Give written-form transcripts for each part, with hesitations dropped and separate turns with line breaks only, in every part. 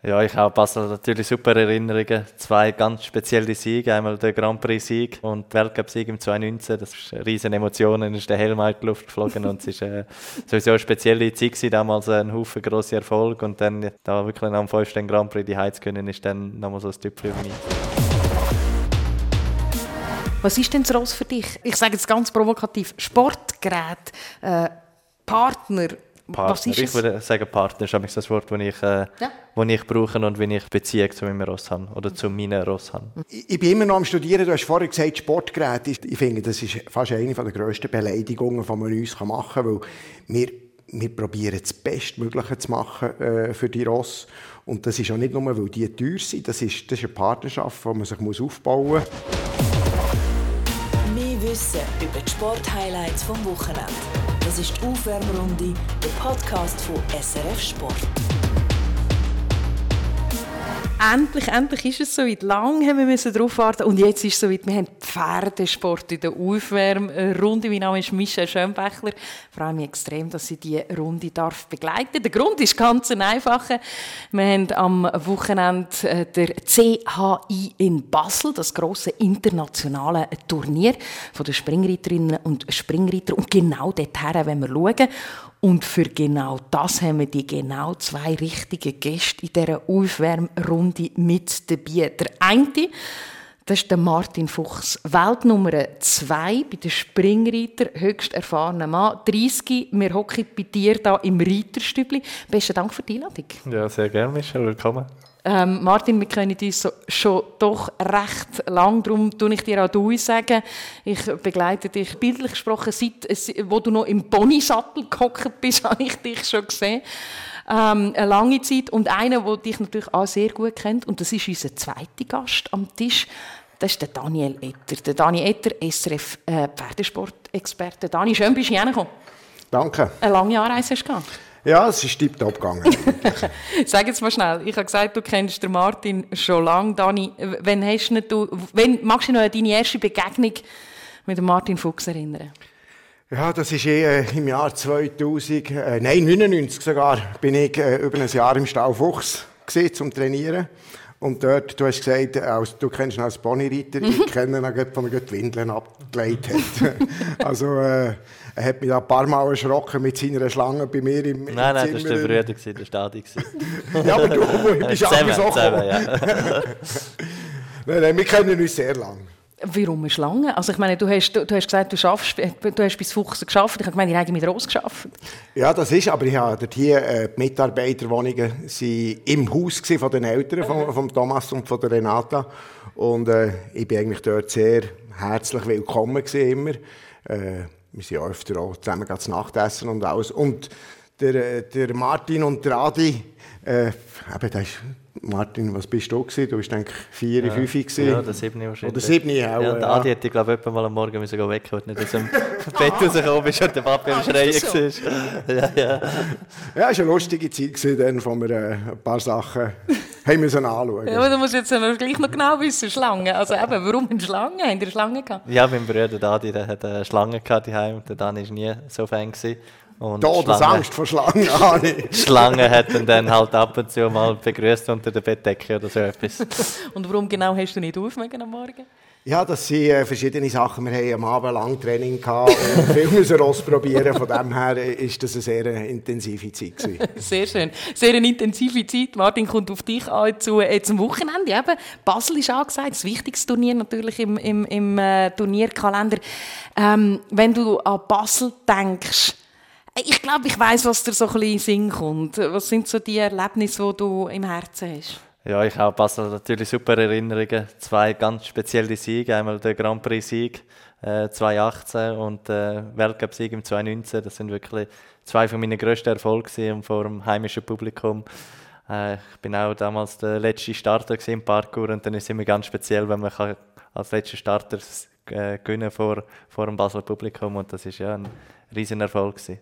Ja, ich habe Basel natürlich super Erinnerungen. 2 ganz spezielle Siege. Einmal der Grand Prix-Sieg und der Weltcup-Sieg im 2019. Das war riesen Emotionen. Ist der Helm in die Luft geflogen und es war sowieso eine spezielle Zeit gewesen. Damals ein Haufen grosser Erfolg und dann da wirklich am 5. Grand Prix die Heiz können, ist dann nochmal so ein Tüpfchen auf mich.
Was ist denn das Ross für dich? Ich sage jetzt ganz provokativ: Sportgerät, Partner. Was ist
ich würde sagen, Partner ist das Wort, das ich brauche und wenn ich Beziehung zu meinem Ross habe oder zu meinen Ross habe.
Ich bin immer noch am Studieren. Du hast vorhin gesagt, Sportgerät. Ich finde, das ist fast eine der grössten Beleidigungen, die man uns machen kann, weil wir probieren das Bestmögliche zu machen für die Ross. Und das ist auch nicht nur, weil die teuer sind. Das ist eine Partnerschaft, die man sich aufbauen muss.
Mehr Wissen über die Sporthighlights vom Wochenende. Das ist die Aufwärmrunde, der Podcast von SRF Sport.
Endlich ist es soweit. Lange haben wir darauf warten und jetzt ist es soweit. Wir haben Pferdesport in der Aufwärmrunde. Mein Name ist Michelle Schönbächler. Ich freue mich extrem, dass ich diese Runde begleiten darf. Der Grund ist ganz einfach. Wir haben am Wochenende der CHI in Basel, das grosse internationale Turnier von den Springreiterinnen und Springreiter. Und genau dorthin wollen wir schauen. Und für genau das haben wir die genau 2 richtigen Gäste in dieser Aufwärmrunde mit dabei. Der eine, das ist der Martin Fuchs, Weltnummer 2 bei den Springreitern, höchst erfahrener Mann, 30. Wir hocken bei dir hier im Reiterstübli. Besten Dank für die Einladung.
Ja, sehr gerne, Michelle. Willkommen.
Martin, wir kennen uns schon doch recht lang, darum tue ich dir auch du sagen. Ich begleite dich bildlich gesprochen, seit wo du noch im Ponysattel gehockt bist, habe ich dich schon gesehen. Eine lange Zeit. Und einer, der dich natürlich auch sehr gut kennt, und das ist unser zweiter Gast am Tisch, das ist der Daniel Etter. Der Daniel Etter, SRF Pferdesport-Experte. Dani, schön bist du hergekommen.
Danke.
Eine lange Anreise hast du gehabt.
Ja, es ist tiptop gegangen.
Sag jetzt mal schnell. Ich habe gesagt, du kennst den Martin schon lange. Dani, wann magst du dich noch an deine erste Begegnung mit dem Martin Fuchs erinnern?
Ja, das ist im Jahr 99 sogar, bin ich über ein Jahr im Stall Fuchs zum Trainieren. Und dort, du hast gesagt, du kennst ihn als Ponyreiter, ich kenne ihn, von mir die Windeln abgelegt hat. Also, er hat mich da ein paar Mal erschrocken mit seiner Schlange bei mir im Zimmer.
Nein, das war der Brüder, der Stadi.
Ja, aber du bist anders auch gekommen.
Ja.
Nein, wir kennen uns sehr lange.
Warum eine Schlange? Also ich meine, du hast gesagt, du hast bis Fuchs gearbeitet. Ich habe gemeint, ihr habt mit Ross gearbeitet.
Ja, das ist, aber ich habe dort hier die Mitarbeiterwohnungen waren im Haus von den Eltern, von Thomas und von der Renata. Und ich bin eigentlich dort sehr herzlich willkommen gewesen, immer. Wir sind ja öfter auch zusammen zu Nacht essen und alles. Und der Martin und der Adi, eben, das ist Martin, was bist du gewesen? Du bist denke 4, 5 gewesen.
Ja, der 7 wahrscheinlich.
Oder 7 auch.
Ja, der Adi hätte, glaube ich, mal am Morgen müssen wecken, weil nicht aus dem Bett rausgekommen ist und der Papi am Schreien war. Ja, es war eine lustige Zeit gewesen, wo wir ein paar Sachen haben müssen anschauen.
Ja, aber du musst jetzt gleich noch genau wissen, Schlangen. Also eben, warum eine Schlange? Habt ihr eine Schlange gehabt?
Ja, mein Bruder Adi, der hat eine Schlange gehabt daheim und der Dani war nie so Fan gewesen.
Todesangst vor Schlangen habe ich.
Schlangen hat ihn dann halt ab und zu mal begrüßt unter der Bettdecke oder so etwas.
Und warum genau hast du nicht aufgemacht am Morgen?
Ja, das sind verschiedene Sachen. Wir hatten am Abend lang Training gehabt und viel müssen ausprobieren. Von dem her war das eine sehr intensive Zeit gewesen.
Sehr schön. Sehr eine intensive Zeit. Martin kommt auf dich an zum Wochenende. Eben, Basel ist angesagt, das wichtigste Turnier natürlich im Turnierkalender. Wenn du an Basel denkst, ich glaube, ich weiss, was dir so ein bisschen in den Sinn kommt. Was sind so die Erlebnisse, die du im Herzen hast?
Ja, ich habe Basel natürlich super Erinnerungen. 2 ganz spezielle Siege. Einmal der Grand Prix-Sieg 2018 und der Weltcup-Sieg im 2019. Das sind wirklich 2 von meinen grössten Erfolgen vor dem heimischen Publikum. Ich bin auch damals der letzte Starter im Parkour und dann ist es immer ganz speziell, wenn man als letzter Starter gewinnen vor dem Basler Publikum und das ist ja ein riesen Erfolg gewesen.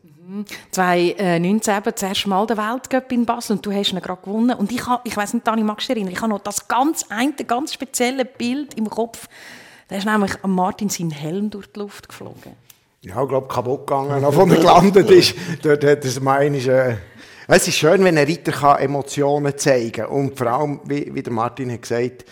2019 eben das erste Mal der Weltcup in Basel und du hast ihn gerade gewonnen. Und ich weiss nicht, Dani, magst du dich erinnern? Ich habe noch das ganz spezielle Bild im Kopf. Da ist nämlich Martin sein Helm durch die Luft geflogen.
Ja, ich glaube, kaputt gegangen, als er gelandet ist. Dort hat es eine Es ist schön, wenn ein Reiter Emotionen zeigen kann. Und vor allem, wie der Martin hat gesagt,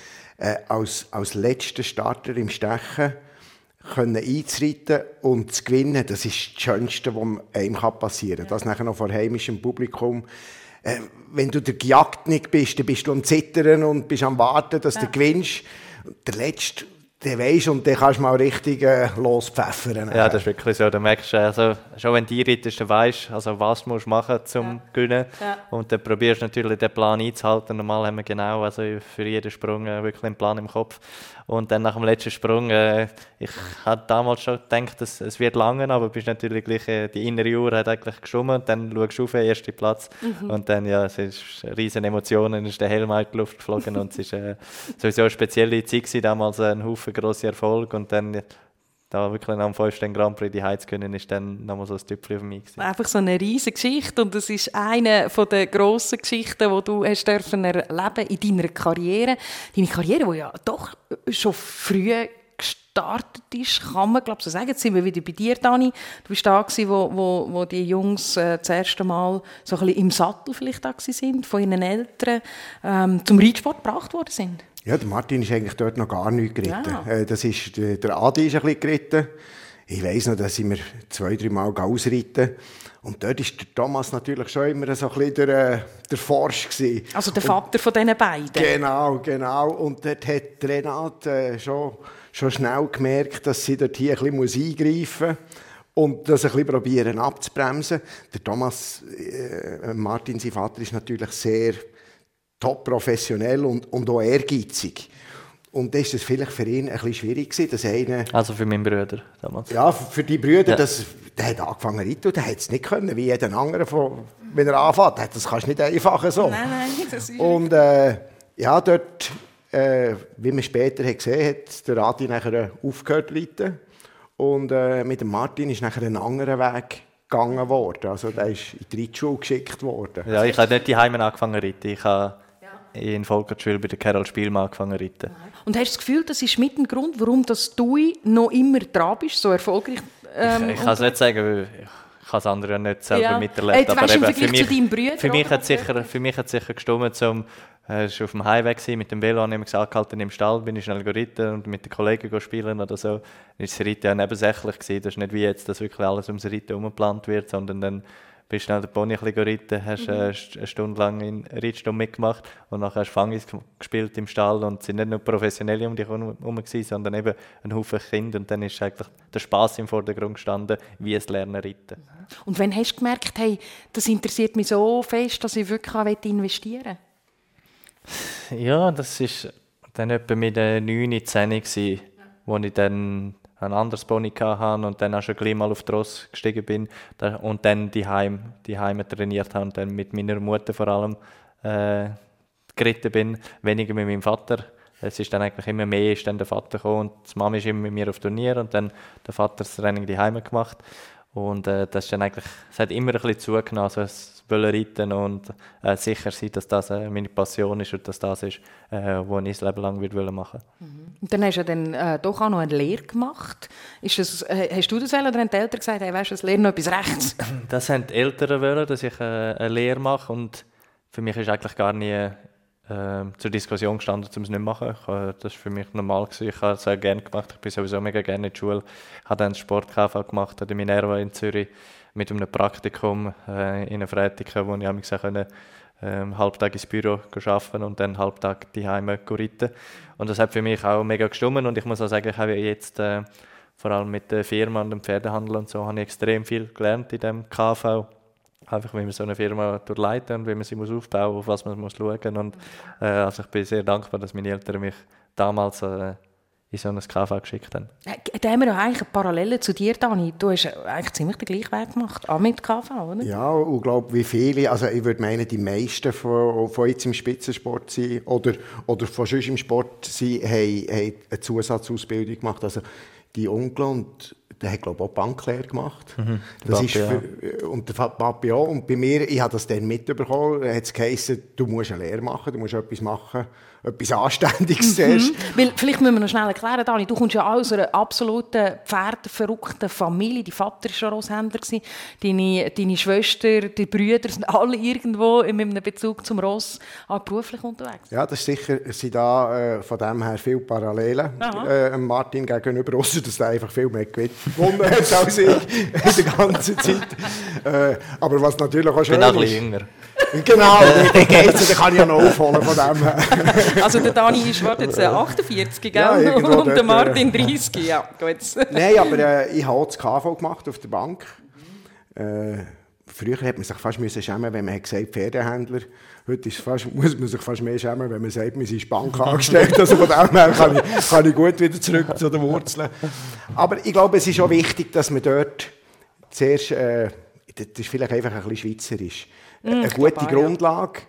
als letzter Starter im Stechen können einzureiten und zu gewinnen, das ist das Schönste, was einem passieren kann. Das nachher noch vor heimischem Publikum. Wenn du der Gejagdnik bist, dann bist du am Zittern und bist am Warten, dass du gewinnst. Der Letzte, der weisst und dann kannst du mal richtig lospfeffern.
Ja, das ist wirklich so. Du merkst, also, schon wenn du einreitest, dann weisst also was du machen musst, um zu gewinnen. Ja. Und dann probierst du natürlich den Plan einzuhalten. Normal haben wir genau also für jeden Sprung wirklich einen Plan im Kopf. Und dann nach dem letzten Sprung, ich hatte damals schon gedacht, es wird lange, aber bist natürlich gleich, die innere Uhr hat eigentlich gestimmt. Und dann schaust du auf den ersten Platz. Und dann, ja, es ist riesen Emotionen, dann ist der Helm in die Luft geflogen. Und es war sowieso eine spezielle Zeit gewesen, damals ein Haufen grosser Erfolg. Und dann, da wirklich am 5. Grand Prix die Heiz können, ist dann nochmal so ein Tüpfchen für mich gewesen.
Einfach so eine riesige Geschichte und das ist eine der grossen Geschichten, die du hast dürfen erleben in deiner Karriere. Deine Karriere, die ja doch schon früh gestartet ist, kann man glaube so sagen. Jetzt sind wir wieder bei dir, Dani. Du bist da gewesen, wo die Jungs das erste Mal so ein bisschen im Sattel vielleicht da sind, von ihren Eltern zum Reitsport gebracht worden sind.
Ja, der Martin ist eigentlich dort noch gar nicht geritten. Ja. Der Adi ist ein bisschen geritten. Ich weiss noch, da sind wir 2-3 Mal ausreiten. Und dort war der Thomas natürlich schon immer so ein bisschen der Forsch gewesen.
Also der Vater von diesen beiden?
Genau. Und dort hat Renate schon schnell gemerkt, dass sie dort hier ein bisschen eingreifen muss. Und das ein bisschen probieren abzubremsen. Der Thomas, Martin, sein Vater, ist natürlich sehr top professionell und auch ehrgeizig. Und das war es vielleicht für ihn ein bisschen schwierig gewesen, dass einer...
Also für meinen Bruder damals?
Ja, für die Brüder, der hat angefangen zu reiten und der hat es nicht können, wie jeder andere, wenn er anfängt. Das kannst du nicht einfach so.
Nein, das ist...
Und dort, wie man später hat gesehen hat, der Adi nachher aufgehört zu reiten. Und mit dem Martin ist nachher ein anderer Weg gegangen worden. Also der ist in die Reitschule geschickt worden.
Ja, ich habe nicht daheim angefangen zu reiten. Ich habe in Volkertschwil bei der Carol Spielmann angefangen zu reiten.
Und hast du das Gefühl, das ist mit dem Grund, warum das du noch immer dran bist, so erfolgreich?
Ich kann es nicht sagen, weil ich habe es andere nicht selber miterlebt.
Aber weißt, im Vergleich zu deinem Bruder?
Für mich hat es sicher gestimmt, ich war auf dem Highway mit dem Velo, habe ich angehalten im Stall, bin ich schnell geritten und mit den Kollegen spielen oder so. Dann war das Reiten ja nebensächlich gewesen. Das ist nicht wie jetzt, dass wirklich alles ums Reiten umgeplant wird, sondern dann bist du schnell den Pony ein bisschen geritten, hast eine Stunde lang in Reitstunde mitgemacht und nachher hast du Fangis gespielt im Stall und es sind nicht nur Professionelle um dich herum, sondern eben ein Haufen Kinder und dann ist eigentlich der Spass im Vordergrund gestanden, wie es lernen reiten.
Und wann hast du gemerkt, hey, das interessiert mich so fest, dass ich wirklich investieren will?
Ja, das war dann etwa mit 9, 10 gewesen, wo ich dann ein anderes Pony hatte und dann auch schon gleich mal auf die Ross gestiegen bin und dann die Heime trainiert habe und dann mit meiner Mutter vor allem geritten bin, weniger mit meinem Vater. Es ist dann eigentlich immer mehr, ist dann der Vater gekommen und die Mama ist immer mit mir auf Turnier und dann der Vater das Training die Heime gemacht. Und das ist dann eigentlich, es hat immer ein bisschen zugenommen, also das Reiten und sicher sein, dass das meine Passion ist und dass das ist, was ich das Leben lang machen will.
Und dann hast du dann doch auch noch eine Lehre gemacht. Hast du das wollen oder haben die Eltern gesagt, hey, weißt du, das Lehre noch etwas rechts?
Das haben die Eltern wollen, dass ich eine Lehre mache und für mich ist eigentlich gar nie zur Diskussion gestanden, um es nicht zu machen. Das war für mich normal. Ich habe es sehr gerne gemacht. Ich bin sowieso mega gerne in der Schule. Ich habe dann Sport-KV gemacht an der Minerva in Zürich mit einem Praktikum in einer Freitag, wo ich halbtag ins Büro arbeiten und dann halbtag die Heime reiten. Und das hat für mich auch mega gestimmt und ich muss auch sagen, ich habe jetzt vor allem mit der Firma und dem Pferdehandel und so habe ich extrem viel gelernt in dem KV. Einfach, wie man so eine Firma durchleitet und wie man sie aufbauen muss, auf was man muss schauen muss. Also ich bin sehr dankbar, dass meine Eltern mich damals in so ein KV geschickt haben.
Da haben wir ja eigentlich eine Parallele zu dir, Dani. Du hast eigentlich ziemlich den gleichen Weg gemacht, auch mit KV, oder?
Ja, und ich glaube, wie viele, also ich würde meinen, die meisten von jetzt im Spitzensport sind oder von sonst im Sport sind, haben eine Zusatzausbildung gemacht. Also die Onkel und der hat, glaube ich, auch Banklehre gemacht.
Mhm.
Das ist und der Papi auch. Und bei mir, ich habe das dann mitbekommen, hat es geheißen, du musst eine Lehre machen, du musst etwas machen, etwas Anständiges zuerst.
Weil, vielleicht müssen wir noch schnell erklären, Dani, du kommst ja auch aus einer absoluten pferdeverrückten Familie. Dein Vater war schon Rosshändler, deine Schwester, die Brüder sind alle irgendwo mit einem Bezug zum Ross auch beruflich unterwegs.
Ja, das ist sicher, es sind da von dem her viele Parallelen Martin gegenüber, ausser dass er einfach viel mehr gewonnen hat als ich in der ganzen Zeit. Aber was natürlich auch schön ist...
Ich bin auch ein bisschen jünger.
Genau, den geht's, den kann ich ja noch aufholen von dem her.
Also der Dani ist jetzt 48, gell?
Ja,
und der Martin 30, ja. Gut.
Nein, aber ich habe auch das KV gemacht auf der Bank. Früher hat man sich fast schämen, wenn man gesagt Pferdehändler. Heute muss man sich fast mehr schämen, wenn man sagt, man ist Bank angestellt. Also von dem her kann ich gut wieder zurück zu den Wurzeln. Aber ich glaube, es ist auch wichtig, dass man dort zuerst, das ist vielleicht einfach ein bisschen schweizerisch, eine gute Grundlage.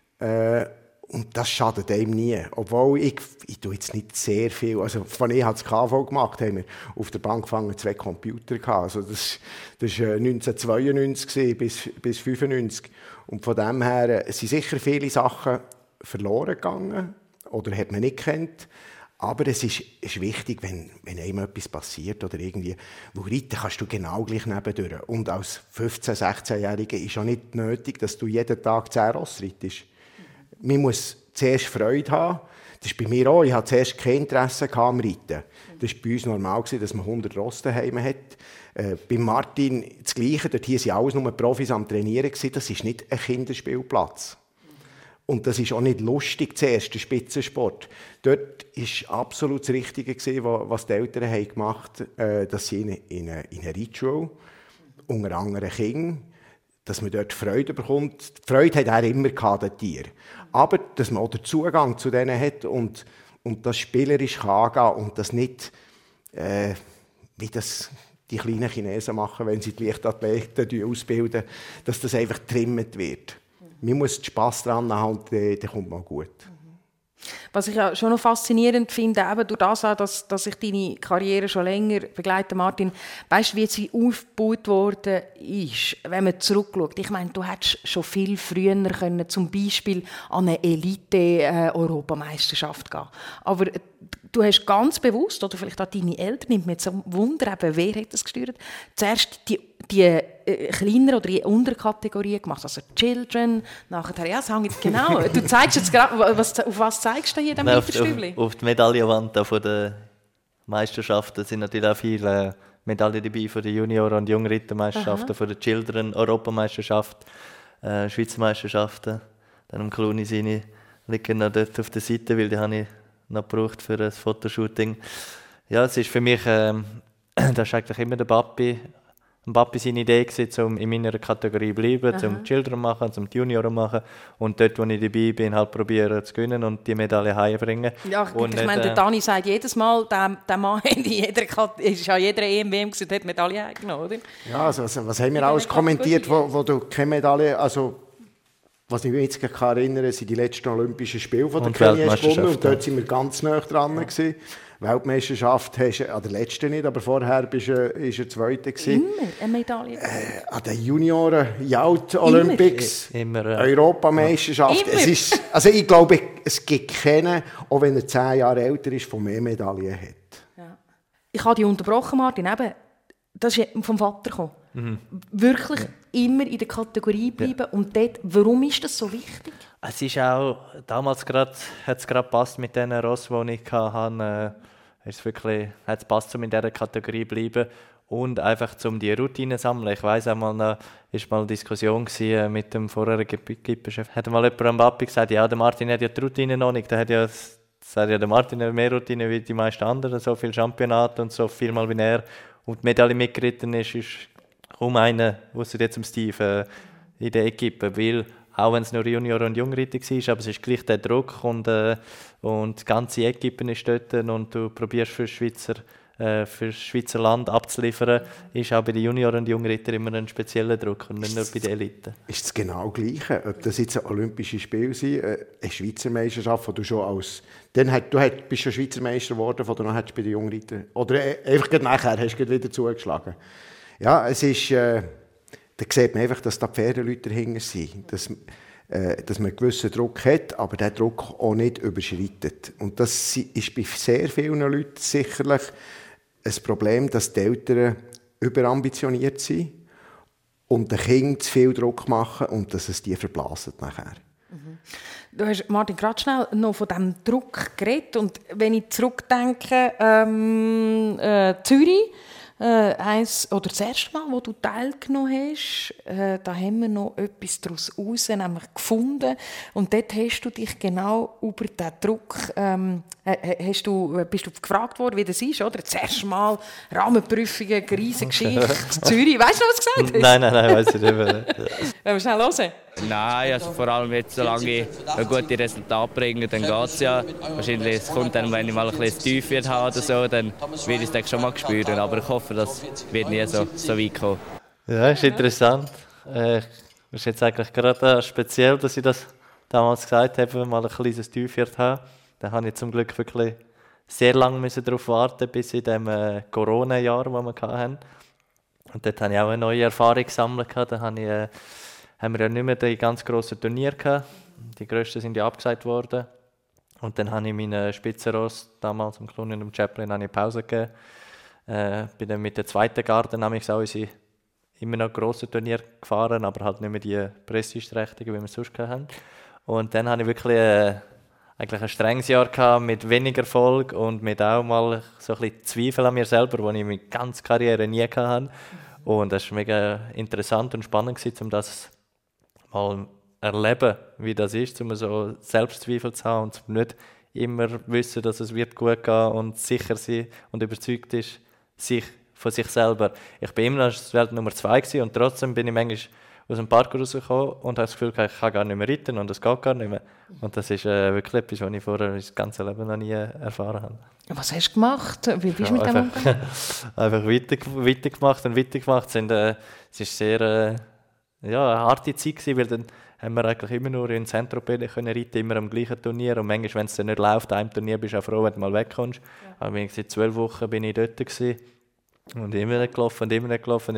Und das schadet einem nie. Obwohl ich tue jetzt nicht sehr viel. Also, von ich das KV gemacht, haben wir auf der Bank gefangen 2 Computer gehabt. Also, das war 1992 bis 1995. Und von dem her sind sicher viele Sachen verloren gegangen. Oder hat man nicht gekannt. Aber es ist wichtig, wenn einem etwas passiert oder irgendwie, wo reiten kannst du genau gleich nebendurch. Und als 15-, 16-Jähriger ist auch nicht nötig, dass du jeden Tag 10 Ross reitest. Man muss zuerst Freude haben. Das ist bei mir auch. Ich hatte zuerst kein Interesse am Reiten. Das war bei uns normal, dass man 100 Ross daheim hat. Bei Martin das Gleiche. Dort hier waren alles nur Profis am Trainieren. Das ist nicht ein Kinderspielplatz. Und das ist auch nicht lustig zuerst, der Spitzensport. Dort war absolut das Richtige, was die Eltern haben gemacht haben, dass sie in eine Reitschule, unter anderem Kinder, dass man dort Freude bekommt. Die Freude hat er immer gehabt, das Tier. Aber dass man auch den Zugang zu denen hat und das spielerisch angehen kann und das nicht, wie das die kleinen Chinesen machen, wenn sie die Leichtathleten ausbilden, dass das einfach getrimmt wird. Man muss Spass daran haben und dann kommt man gut.
Was ich ja schon noch faszinierend finde, eben durch das auch, dass ich deine Karriere schon länger begleite, Martin, weißt du, wie sie aufgebaut worden ist, wenn man zurückschaut? Ich meine, du hättest schon viel früher können, zum Beispiel an eine Elite-Europameisterschaft gehen. Aber du hast ganz bewusst, oder vielleicht auch deine Eltern, nimmt mir jetzt ein Wunder, wer hat das gesteuert, zuerst die kleinere oder die Unterkategorien gemacht, also Children, nachher, ja, das hängt genau. Du zeigst jetzt gerade, auf was zeigst du hier in diesem Reiterstübli?
Auf die Medaillenwand von der Meisterschaften sind natürlich auch viele Medaillen dabei von den Junioren- und Jungrittermeisterschaften, von der Children, Europameisterschaft, Schweizer Meisterschaften. Dann am Cluny seine liegen noch dort auf der Seite, weil die habe ich noch gebraucht für ein Fotoshooting. Ja, es ist für mich, das ist eigentlich immer der Papi seine Idee gewesen, um in meiner Kategorie zu bleiben, zum Children machen, zum Junioren machen und dort, wo ich dabei bin, halt probieren zu gewinnen und die Medaille heimbringen.
Ja, ich meine, der Dani sagt jedes Mal, der Mann ist ja jeder EM gewesen, hat Medaille heimgenommen, oder?
Ja, also was haben wir alles kommentiert, wo du keine Medaille, also was ich mich jetzt erinnern kann, sind die letzten Olympischen Spiele von der Kenia gewonnen und dort sind wir ganz nah dran gewesen. Weltmeisterschaft hast du an der letzten nicht, aber vorher ist er Zweiter gewesen.
Immer eine Medaille.
An den Junioren, Youth Olympics,
immer,
Europameisterschaft. Also ich glaube, es gibt keinen, auch wenn er 10 Jahre älter ist, der mehr Medaillen hat.
Ja. Ich habe dich unterbrochen, Martin. Eben, das ist vom Vater gekommen. Wirklich immer in der Kategorie bleiben. Und dort, warum ist das so wichtig?
Es ist auch, damals hat es gerade gepasst mit den Rossen, die ich hatte. Es hat gepasst, um in dieser Kategorie zu bleiben und einfach um die Routine zu sammeln. Ich weiss einmal, da war mal eine Diskussion mit dem vorherigen Gipperchef. Hat mal jemand am Papi gesagt, ja, der Martin hat ja die Routine noch nicht. Der Martin hat mehr Routine wie die meisten anderen, so viele Championate und so viel mal wie er. Und die Medaille mitgeritten ist kaum einer, ausser jetzt Steve, in der Equipe, weil auch wenn es nur Junior und Jungreiter war, aber es ist gleich der Druck und die ganze Equipe ist dort und du probierst für Schweizer für das Schweizer Land abzuliefern, ist auch bei den Junioren und Jungrittern immer ein spezieller Druck und nicht nur bei den Eliten.
Ist es genau das Gleiche, ob das jetzt ein Olympische Spiel sind, eine Schweizer Meisterschaft, wo du schon als... bist schon Schweizer Meister geworden, wo du noch bei den Jungrittern... Oder einfach nachher hast du wieder zugeschlagen. Ja, es ist... da sieht man einfach, dass da Pferdeleute dahinter sind. Dass man einen gewissen Druck hat, aber diesen Druck auch nicht überschreitet. Und das ist bei sehr vielen Leuten sicherlich ein Problem, dass die Eltern überambitioniert sind und den Kindern zu viel Druck machen und dass es die verblasen nachher.
Du hast, Martin, gerade schnell noch von diesem Druck geredet. Und wenn ich zurückdenke, Zürich, das erste Mal, wo du teilgenommen hast, da haben wir noch etwas daraus raus, nämlich gefunden. Und dort hast du dich genau über diesen Druck, bist du gefragt worden, wie das ist, oder? Das erste Mal Rahmenprüfungen, Riesengeschichte, Zürich. Weißt du noch, was du gesagt hast?
Nein, weiss ich nicht mehr.
Wollen wir schnell hören?
Nein, also vor allem jetzt, solange ich gute Resultate bringe, dann geht es ja. Wahrscheinlich es kommt dann, wenn ich mal ein bisschen tief wird haben oder so, dann werde ich es schon mal spüren. Aber ich hoffe, das wird nie so weit kommen.
Ja, ist interessant. Ist jetzt eigentlich gerade speziell, dass ich das damals gesagt habe, mal ein kleines Tiefwert haben. Da habe ich zum Glück wirklich sehr lange darauf warten, bis in dem Corona-Jahr, das wir hatten. Und dort habe ich auch eine neue Erfahrung gesammelt. Da haben wir ja nicht mehr die ganz grossen Turniere gehabt. Die grössten sind ja abgesagt worden. Und dann habe ich meinen Spitzenross damals am Cluny und am Chaplin eine Pause gegeben. Bin dann mit der zweiten Garde nämlich auch immer noch grosse Turniere gefahren, aber halt nicht mehr die Prestigeträchtigen, wie wir es sonst hatten. Und dann hatte ich wirklich eigentlich ein strenges Jahr gehabt, mit weniger Erfolg und mit auch mal so ein bisschen Zweifel an mir selber, die ich in meiner ganzen Karriere nie hatte. Und das war mega interessant und spannend, um das mal erleben, wie das ist, um so Selbstzweifel zu haben und nicht immer wissen, dass es wird gut gehen und sicher sein und überzeugt ist von sich selber. Ich war immer noch Welt Nummer 2 gewesen, und trotzdem bin ich manchmal aus dem Park rausgekommen und habe das Gefühl, ich kann gar nicht mehr reiten und es geht gar nicht mehr. Und das ist wirklich etwas, was ich vorher das ganze Leben noch nie erfahren habe.
Was hast du gemacht? Wie bist du mit dem umgegangen?
Einfach weitergemacht. Es war sehr eine harte Zeit gewesen, weil dann haben wir eigentlich immer nur in Saint-Tropez reiten, immer am gleichen Turnier. Und manchmal, wenn es dann nicht läuft, an einem Turnier bist du auch froh, wenn du mal wegkommst. Ja. Aber seit 12 Wochen bin ich dort gewesen. Und immer nicht gelaufen. Und da ist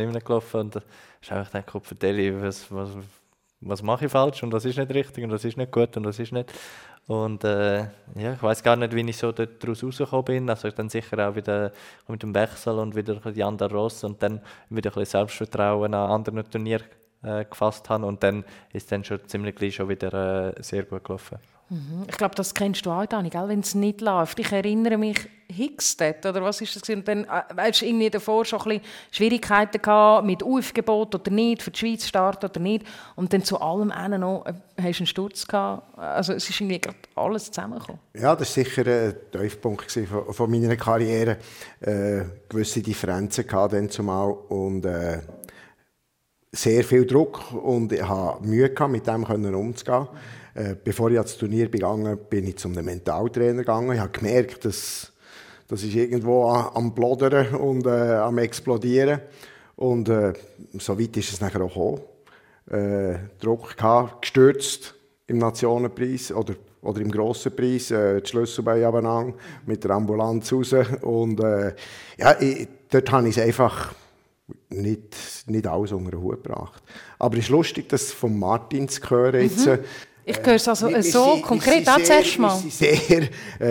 einfach der Kopf vertellt, was mache ich falsch und was ist nicht richtig und was ist nicht gut und was ist nicht. Und ich weiß gar nicht, wie ich so daraus rausgekommen bin. Also dann sicher auch wieder mit dem Wechsel und wieder die anderen Ross und dann wieder ein bisschen Selbstvertrauen an anderen Turnieren gefasst habe. Und dann ist es dann schon ziemlich gleich schon wieder sehr gut gelaufen.
Ich glaube, das kennst du auch, Dani, wenn es nicht läuft. Ich erinnere mich, Hickstead, oder was ist das? Und dann hast du irgendwie davor schon ein bisschen Schwierigkeiten gehabt mit Aufgebot oder nicht, für die Schweiz starten oder nicht. Und dann zu allem noch hast du einen Sturz gehabt. Also es ist irgendwie gerade alles zusammengekommen. Ja,
das war sicher ein Tiefpunkt von meiner Karriere. Gewisse Differenzen gehabt dann zumal und sehr viel Druck. Und ich hatte Mühe gehabt, mit dem umzugehen. Bevor ich ans Turnier gegangen bin ich zu einem Mentaltrainer gegangen. Ich habe gemerkt, dass das ist irgendwo am Blodern und am Explodieren. Und so weit ist es nachher auch gekommen. Druck gehabt, gestürzt im Nationenpreis oder im grossen Preis, die Schlüsselbein runtergegangen, mit der Ambulanz raus. Und dort habe ich es einfach nicht alles unter den Hut gebracht. Aber es ist lustig, das von Martin zu hören jetzt.
Ich höre es also so konkret auch zuerst mal.
Wir sind sehr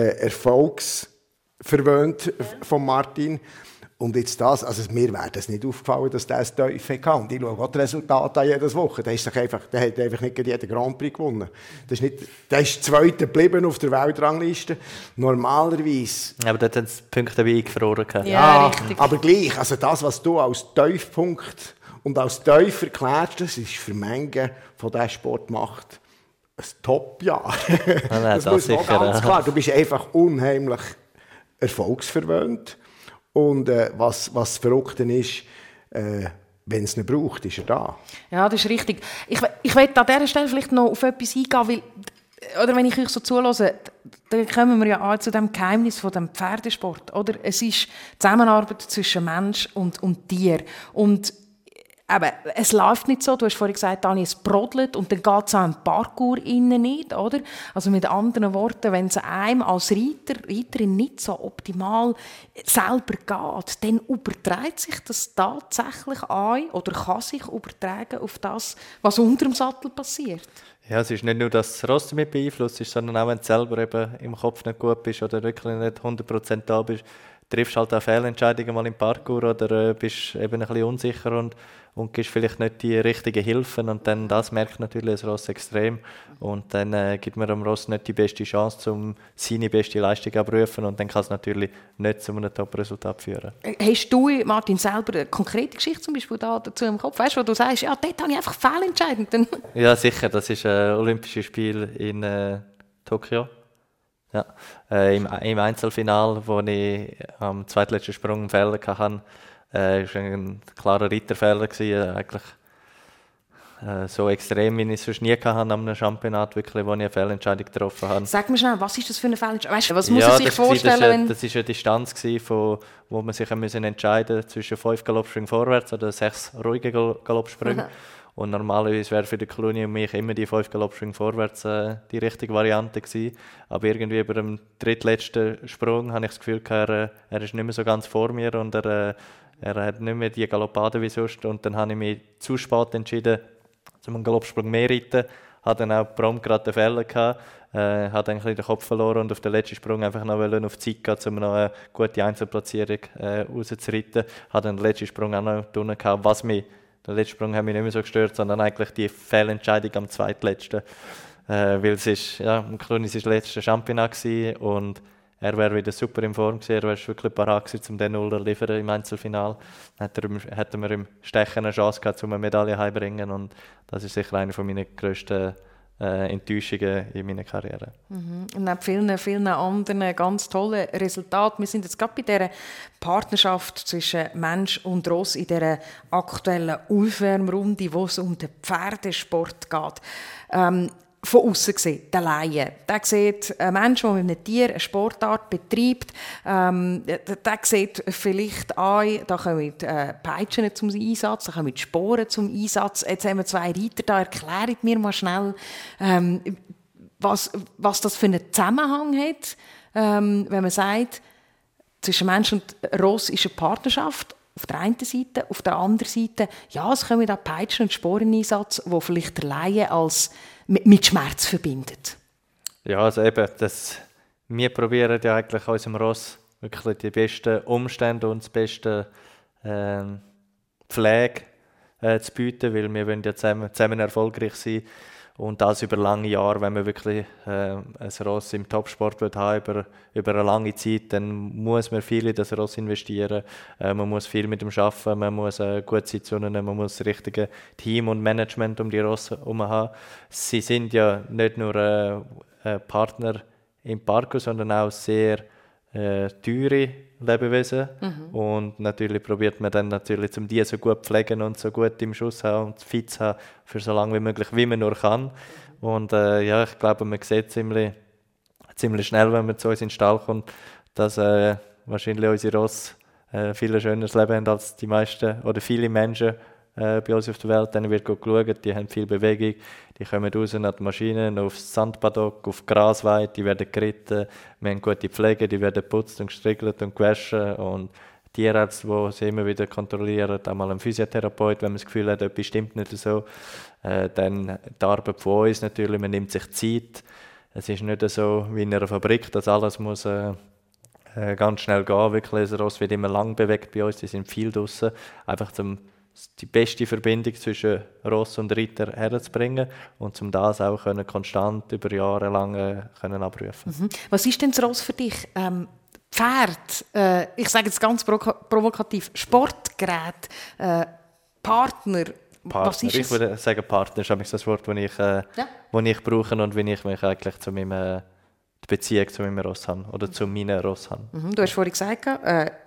erfolgsverwöhnt von Martin. Und jetzt das, also mir wäre das nicht aufgefallen, dass der es Teufel hatte. Und ich schaue auch die Resultate an jede Woche. Der hat einfach nicht jeden Grand Prix gewonnen. Der ist Zweiter geblieben auf der Weltrangliste. Normalerweise.
Aber dort haben die Punkte wie eingefroren.
Ja, richtig.
Aber gleich, also das, was du als Tiefpunkt und als Teuf erklärst, das ist für Mengen von diesem Sport macht ein Top-Jahr. Das muss man ganz klar. Du bist einfach unheimlich erfolgsverwöhnt. Und was verrückt ist, wenn es ihn braucht, ist er da.
Ja, das ist richtig. Ich möchte an dieser Stelle vielleicht noch auf etwas eingehen, weil oder wenn ich euch so zuhöre, dann kommen wir ja an zu dem Geheimnis von dem Pferdesport. Oder? Es ist Zusammenarbeit zwischen Mensch und Tier. Und eben, es läuft nicht so, du hast vorhin gesagt, Dani, es brodelt und dann geht es auch im Parcours innen nicht, oder? Also mit anderen Worten, wenn es einem als Reiterin nicht so optimal selber geht, dann überträgt sich das tatsächlich ein oder kann sich übertragen auf das, was unter dem Sattel passiert.
Ja, es ist nicht nur, dass das Ross damit beeinflusst ist, sondern auch, wenn du selber eben im Kopf nicht gut bist oder wirklich nicht 100% da bist, triffst halt auch Fehlentscheidungen mal im Parcours oder bist eben ein bisschen unsicher und gibst vielleicht nicht die richtigen Hilfen und dann das merkt natürlich das Ross extrem und dann gibt man dem Ross nicht die beste Chance, um seine beste Leistung abzurufen und dann kann es natürlich nicht zu einem Top-Resultat führen.
Hast du, Martin, selber eine konkrete Geschichte zum Beispiel dazu im Kopf, weißt, wo du sagst, ja, dort habe ich einfach fehlentscheidend?
Ja, sicher, das ist ein Olympisches Spiel in Tokio. Ja, im Einzelfinal, wo ich am zweitletzten Sprung einen Fehler hatte, war ein klarer Reiterfehler gewesen, eigentlich so extrem, wie ich es sonst nie hatte an einem Championat, wirklich, wo ich eine Fehlentscheidung getroffen habe.
Sag mir schnell, was ist das für eine Fehlentscheidung? Weißt du, was muss man sich vorstellen?
Das war eine Distanz, wo man sich entscheiden musste zwischen 5 Galoppsprüngen vorwärts oder 6 ruhigen Galoppsprüngen. Und normalerweise wäre für den Clooney und mich immer die 5 Galoppsprünge vorwärts die richtige Variante gewesen. Aber irgendwie bei dem drittletzten Sprung habe ich das Gefühl, er ist nicht mehr so ganz vor mir und er hat nicht mehr die Galoppade wie sonst. Und dann habe ich mich zu spät entschieden, zum einen Galoppsprung mehr reiten. Hatte dann auch prompt gerade den Fehler gehabt. Hat eigentlich den Kopf verloren und auf den letzten Sprung einfach noch auf die Zeit gehen, um noch eine gute Einzelplatzierung rauszureiten. Hat dann den letzten Sprung auch noch drinnen gehabt, was mich der letzte Sprung hat mich nicht mehr so gestört, sondern eigentlich die Fehlentscheidung am zweitletzten. Weil es ist, ja, Clooney war das letzte Championat und er wäre wieder super in Form gewesen. Er wäre wirklich parat gewesen, um den Nuller zu liefern im Einzelfinal. Hätten wir im Stechen eine Chance gehabt, um eine Medaille heimzubringen. Und das ist sicher eine meiner grössten Enttäuschungen in meiner Karriere.
Und neben vielen anderen ganz tollen Resultaten. Wir sind jetzt gerade bei dieser Partnerschaft zwischen Mensch und Ross in dieser aktuellen Aufwärmrunde, wo es um den Pferdesport geht. Von außen gesehen, der Laie. Der sieht einen Menschen, der mit einem Tier eine Sportart betreibt. Der sieht vielleicht an, da kommen Peitschen zum Einsatz, da kommen Sporen zum Einsatz. Jetzt haben wir 2 Reiter da. Erklärt mir mal schnell, was das für einen Zusammenhang hat, wenn man sagt, zwischen Mensch und Ross ist eine Partnerschaft. Auf der einen Seite, auf der anderen Seite, ja, es kommen da Peitschen und Sporeneinsatz, wo vielleicht der Laie als mit Schmerz verbindet.
Ja, also eben, wir probieren ja eigentlich unserem Ross wirklich die besten Umstände und das beste Pflege zu bieten, weil wir wollen ja zusammen erfolgreich sein und das über lange Jahre. Wenn man wirklich ein Ross im Topsport haben über eine lange Zeit, dann muss man viel in das Ross investieren. Man muss viel mit dem arbeiten, man muss gut sein zueinander, man muss das richtige Team und Management um die Rosse herum haben. Sie sind ja nicht nur Partner im Parcours, sondern auch sehr teure Lebewesen. Und natürlich probiert man dann natürlich, um die so gut pflegen und so gut im Schuss haben und fit zu haben, für so lange wie möglich, wie man nur kann. Und ja, ich glaube, man sieht ziemlich schnell, wenn man zu uns in den Stall kommt, dass wahrscheinlich unsere Ross viel ein schöneres Leben haben als die meisten oder viele Menschen bei uns auf der Welt. Dann wird geschaut, die haben viel Bewegung, die kommen raus an die Maschinen, aufs Sandpaddock, auf Grasweide, die werden geritten, wir haben gute Pflege, die werden geputzt und gestriegelt und gewaschen und Tierärzte, die sie immer wieder kontrollieren, einmal ein Physiotherapeut, wenn man das Gefühl hat, etwas stimmt nicht so. Dann die Arbeit von uns natürlich, man nimmt sich Zeit. Es ist nicht so wie in einer Fabrik, dass alles muss ganz schnell gehen. Wirklich, das Ross wird immer lang bewegt bei uns, die sind viel draussen, einfach die beste Verbindung zwischen Ross und Reiter herzubringen und um das auch konstant über Jahre lang abrufen.
Was ist denn das Ross für dich? Pferd, ich sage jetzt ganz provokativ, Sportgerät, Partner. Was ist
ich würde sagen, Partner ist das Wort, das ich brauche und wie ich mich eigentlich die Beziehung zu meinem Ross habe oder zu meinen Ross habe.
Du hast vorhin gesagt,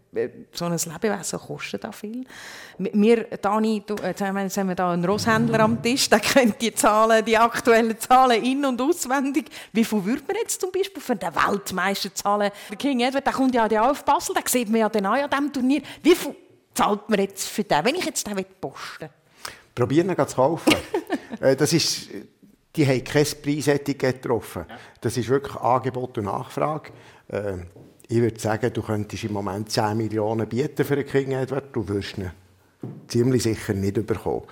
so ein Lebewesen kostet auch viel. Wir, Dani, jetzt haben wir hier einen Rosshändler am Tisch, der kennt die aktuellen Zahlen in- und auswendig. Wie viel würde man jetzt zum Beispiel für den Weltmeister zahlen? Der King Edward, der kommt ja auch auf Basel, den sieht man ja dann auch an diesem Turnier. Wie viel zahlt man jetzt für den, wenn ich jetzt den posten will?
Probieren ihn zu kaufen. Die haben kein Preisetikett getroffen. Das ist wirklich Angebot und Nachfrage. Ich würde sagen, du könntest im Moment 10 Millionen bieten für einen King Edward. Du wirst ihn ziemlich sicher nicht bekommen.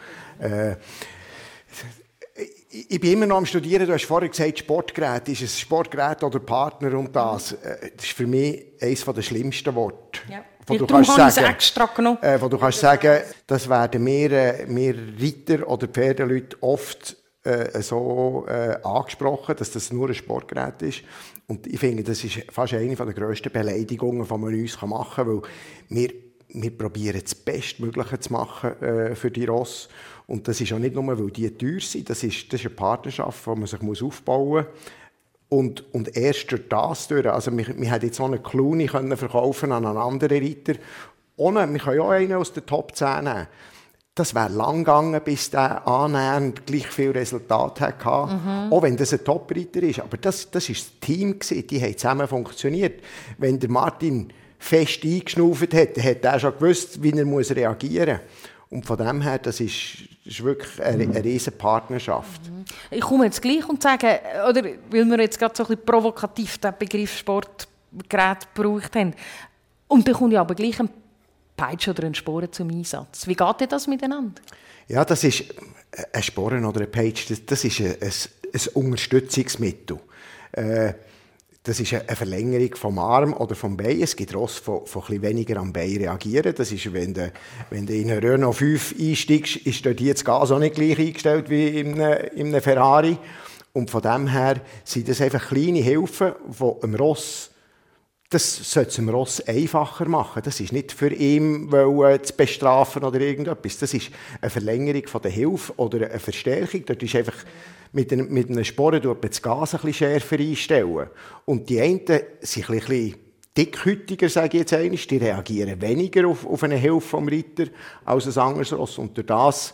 Ich bin immer noch am Studieren. Du hast vorhin gesagt, Sportgerät. Ist es Sportgerät oder Partner und das? Das ist für mich eines der schlimmsten Worte. Ja. Wo du kannst sagen, das werden wir Reiter oder Pferdeleute oft so angesprochen, dass das nur ein Sportgerät ist. Und ich finde, das ist fast eine der grössten Beleidigungen, die man uns machen kann, weil wir probieren das Bestmögliche zu machen für die Rosse. Und das ist auch nicht nur, weil die teuer sind, das ist eine Partnerschaft, die man sich aufbauen muss. Und erst durch das durch. Also wir hätten jetzt so einen Clowny verkaufen an einen anderen Reiter. Wir können ja auch einen aus der Top 10 nehmen. Das wäre lang gegangen, bis der annähernd gleich viel Resultat hatte. Auch wenn das ein Top-Reiter ist. Aber das war das Team, die haben zusammen funktioniert. Wenn der Martin fest eingeschnauft hat, dann hat er schon gewusst, wie er reagieren muss. Und von dem her, das ist wirklich eine riesige Partnerschaft.
Ich komme jetzt gleich und sage, oder weil wir jetzt gerade so ein bisschen provokativ den Begriff Sportgerät gebraucht haben. Und dann kommt ja aber gleich ein Peitsche oder ein Sporen zum Einsatz. Wie geht denn das miteinander?
Ja, das ist ein Sporen oder ein Peitsche, das ist ein Unterstützungsmittel. Das ist eine Verlängerung vom Arm oder vom Bein. Es gibt Rosse, die ein bisschen weniger am Bein reagieren. Das ist, wenn du in einen Renault 5 einsteigst, ist dort das Gas auch nicht gleich eingestellt wie in einem Ferrari. Und von dem her sind das einfach kleine Hilfen, die einem Ross, das sollte es dem Ross einfacher machen. Das ist nicht für ihn zu bestrafen oder irgendetwas. Das ist eine Verlängerung von der Hilfe oder eine Verstärkung. Dort ist einfach mit einem Sporen das Gas ein bisschen schärfer einstellen. Und die einen sind ein bisschen dickhütiger, sage ich jetzt einmal. Die reagieren weniger auf eine Hilfe vom Reiter als ein anderes Ross. Und durch das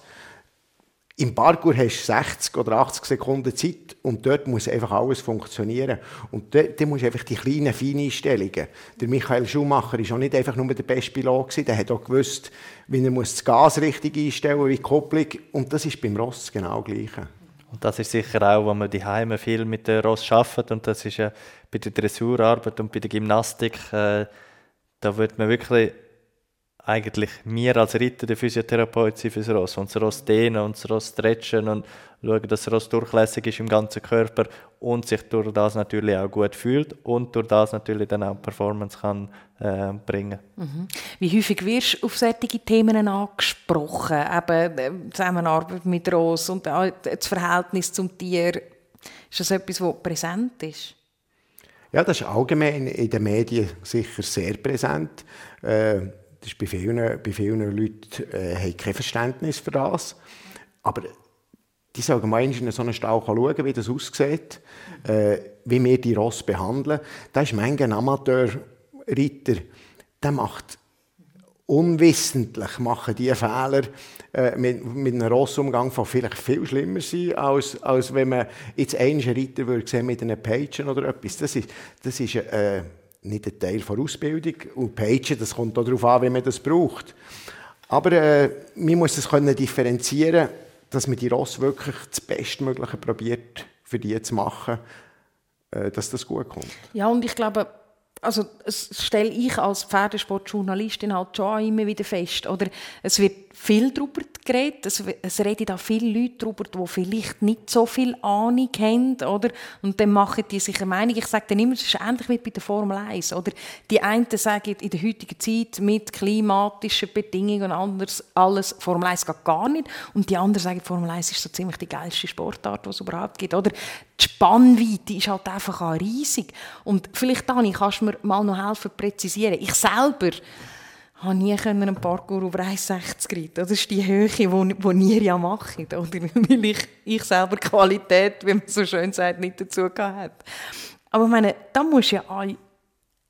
im Parkour hast du 60 oder 80 Sekunden Zeit und dort muss einfach alles funktionieren. Und dort musst du einfach die kleinen Feineinstellungen. Der Michael Schumacher war auch nicht einfach nur der beste Pilot gewesen, der hat auch gewusst, wie er das Gas richtig einstellen muss, wie die Kupplung. Und das ist beim Ross genau das Gleiche. Und
das ist sicher auch, wo man die Heime viel mit dem Ross arbeitet. Und das ist ja bei der Dressurarbeit und bei der Gymnastik, da wird man wirklich eigentlich wir als Ritter der Physiotherapeut sind für das Ross. Und das Ross dehnen und das Ross stretchen und schauen, dass das Ross durchlässig ist im ganzen Körper und sich durch das natürlich auch gut fühlt und durch das natürlich dann auch Performance kann bringen.
Mhm. Wie häufig wirst du auf solche Themen angesprochen? Eben Zusammenarbeit mit Ross und das Verhältnis zum Tier. Ist das etwas, das präsent ist?
Ja, das ist allgemein in den Medien sicher sehr präsent. Das ist bei vielen Leuten haben kein Verständnis für das. Aber die sollen mal in so einen Stall schauen, wie das aussieht, wie wir die Ross behandeln. Da ist manchmal ein Amateurreiter, der macht unwissentlich machen die Fehler mit einem Rossumgang, die vielleicht viel schlimmer sind, als wenn man jetzt einen Reiter würde sehen mit einem Peitschen oder etwas. Das ist nicht ein Teil der Ausbildung. Und Peitschen, das kommt auch darauf an, wie man das braucht. Aber man muss es differenzieren, dass man die Ross wirklich das Bestmögliche probiert, für die zu machen, dass das gut kommt.
Ja, und ich glaube, also das stelle ich als Pferdesportjournalistin halt schon immer wieder fest. Oder es wird viel darüber geredet, es reden da viele Leute darüber, die vielleicht nicht so viel Ahnung haben. Oder? Und dann machen die sich eine Meinung. Ich sage dann immer, es ist ähnlich wie bei der Formel 1. Oder? Die einen sagen in der heutigen Zeit mit klimatischen Bedingungen und anders alles, Formel 1 geht gar nicht. Und die anderen sagen, Formel 1 ist so ziemlich die geilste Sportart, die es überhaupt gibt. Oder? Die Spannweite ist halt einfach auch riesig. Und vielleicht, Dani, kannst du mir mal noch helfen, präzisieren. Ich selber habe nie einen Parkour über 1,60 reiten. Das ist die Höhe, die ihr ja macht. Oder? Weil ich selber Qualität, wie man so schön sagt, nicht dazu gehabt hat. Aber ich meine, da musst du ja auch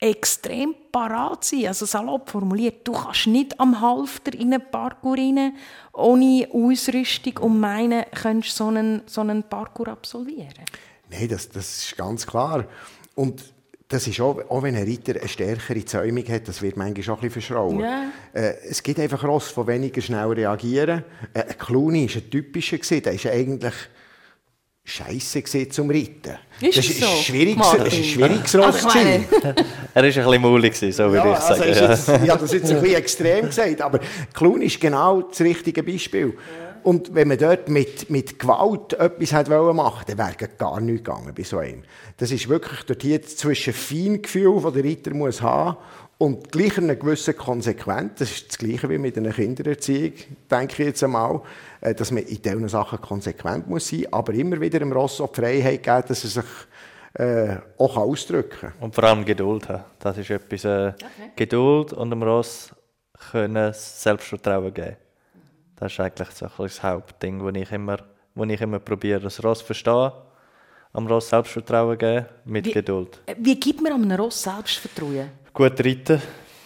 extrem parat sein. Also salopp formuliert, du kannst nicht am Halfter in einen Parkour rein, ohne Ausrüstung und meinen, könntest so einen Parkour absolvieren.
Nein, das ist ganz klar. Und das ist auch wenn ein Reiter eine stärkere Zäumung hat, das wird manchmal auch ein bisschen verschrauen.
Ja.
Es gibt einfach Rosse, die weniger schnell reagieren. Ein Clooney war ein typischer, der ist eigentlich scheisse zum Reiten.
Ist
das
es
war
so?
ein schwieriges Ross.
Also,
Er war ein bisschen maulig, so würde ich sagen.
Ich habe das jetzt ein bisschen extrem gesagt, aber Clooney ist genau das richtige Beispiel. Und wenn man dort mit Gewalt etwas machen wollte, dann wäre gar nichts gegangen bei so einem. Das ist wirklich dort hier zwischen Feingefühl, das der Reiter muss haben, und gleich einer gewissen Konsequenz. Das ist das Gleiche wie mit einer Kindererziehung, denke ich jetzt einmal, dass man in diesen Sachen konsequent muss sein, aber immer wieder dem Ross auch die Freiheit geben, dass er sich auch ausdrücken kann.
Und vor allem Geduld haben. Das ist etwas, Geduld und dem Ross können Selbstvertrauen geben. Das ist eigentlich so das Hauptding, wo ich immer probiere, das Ross verstehen, am Ross Selbstvertrauen geben, mit Geduld.
Wie gibt man einem Ross Selbstvertrauen?
Gut reiten.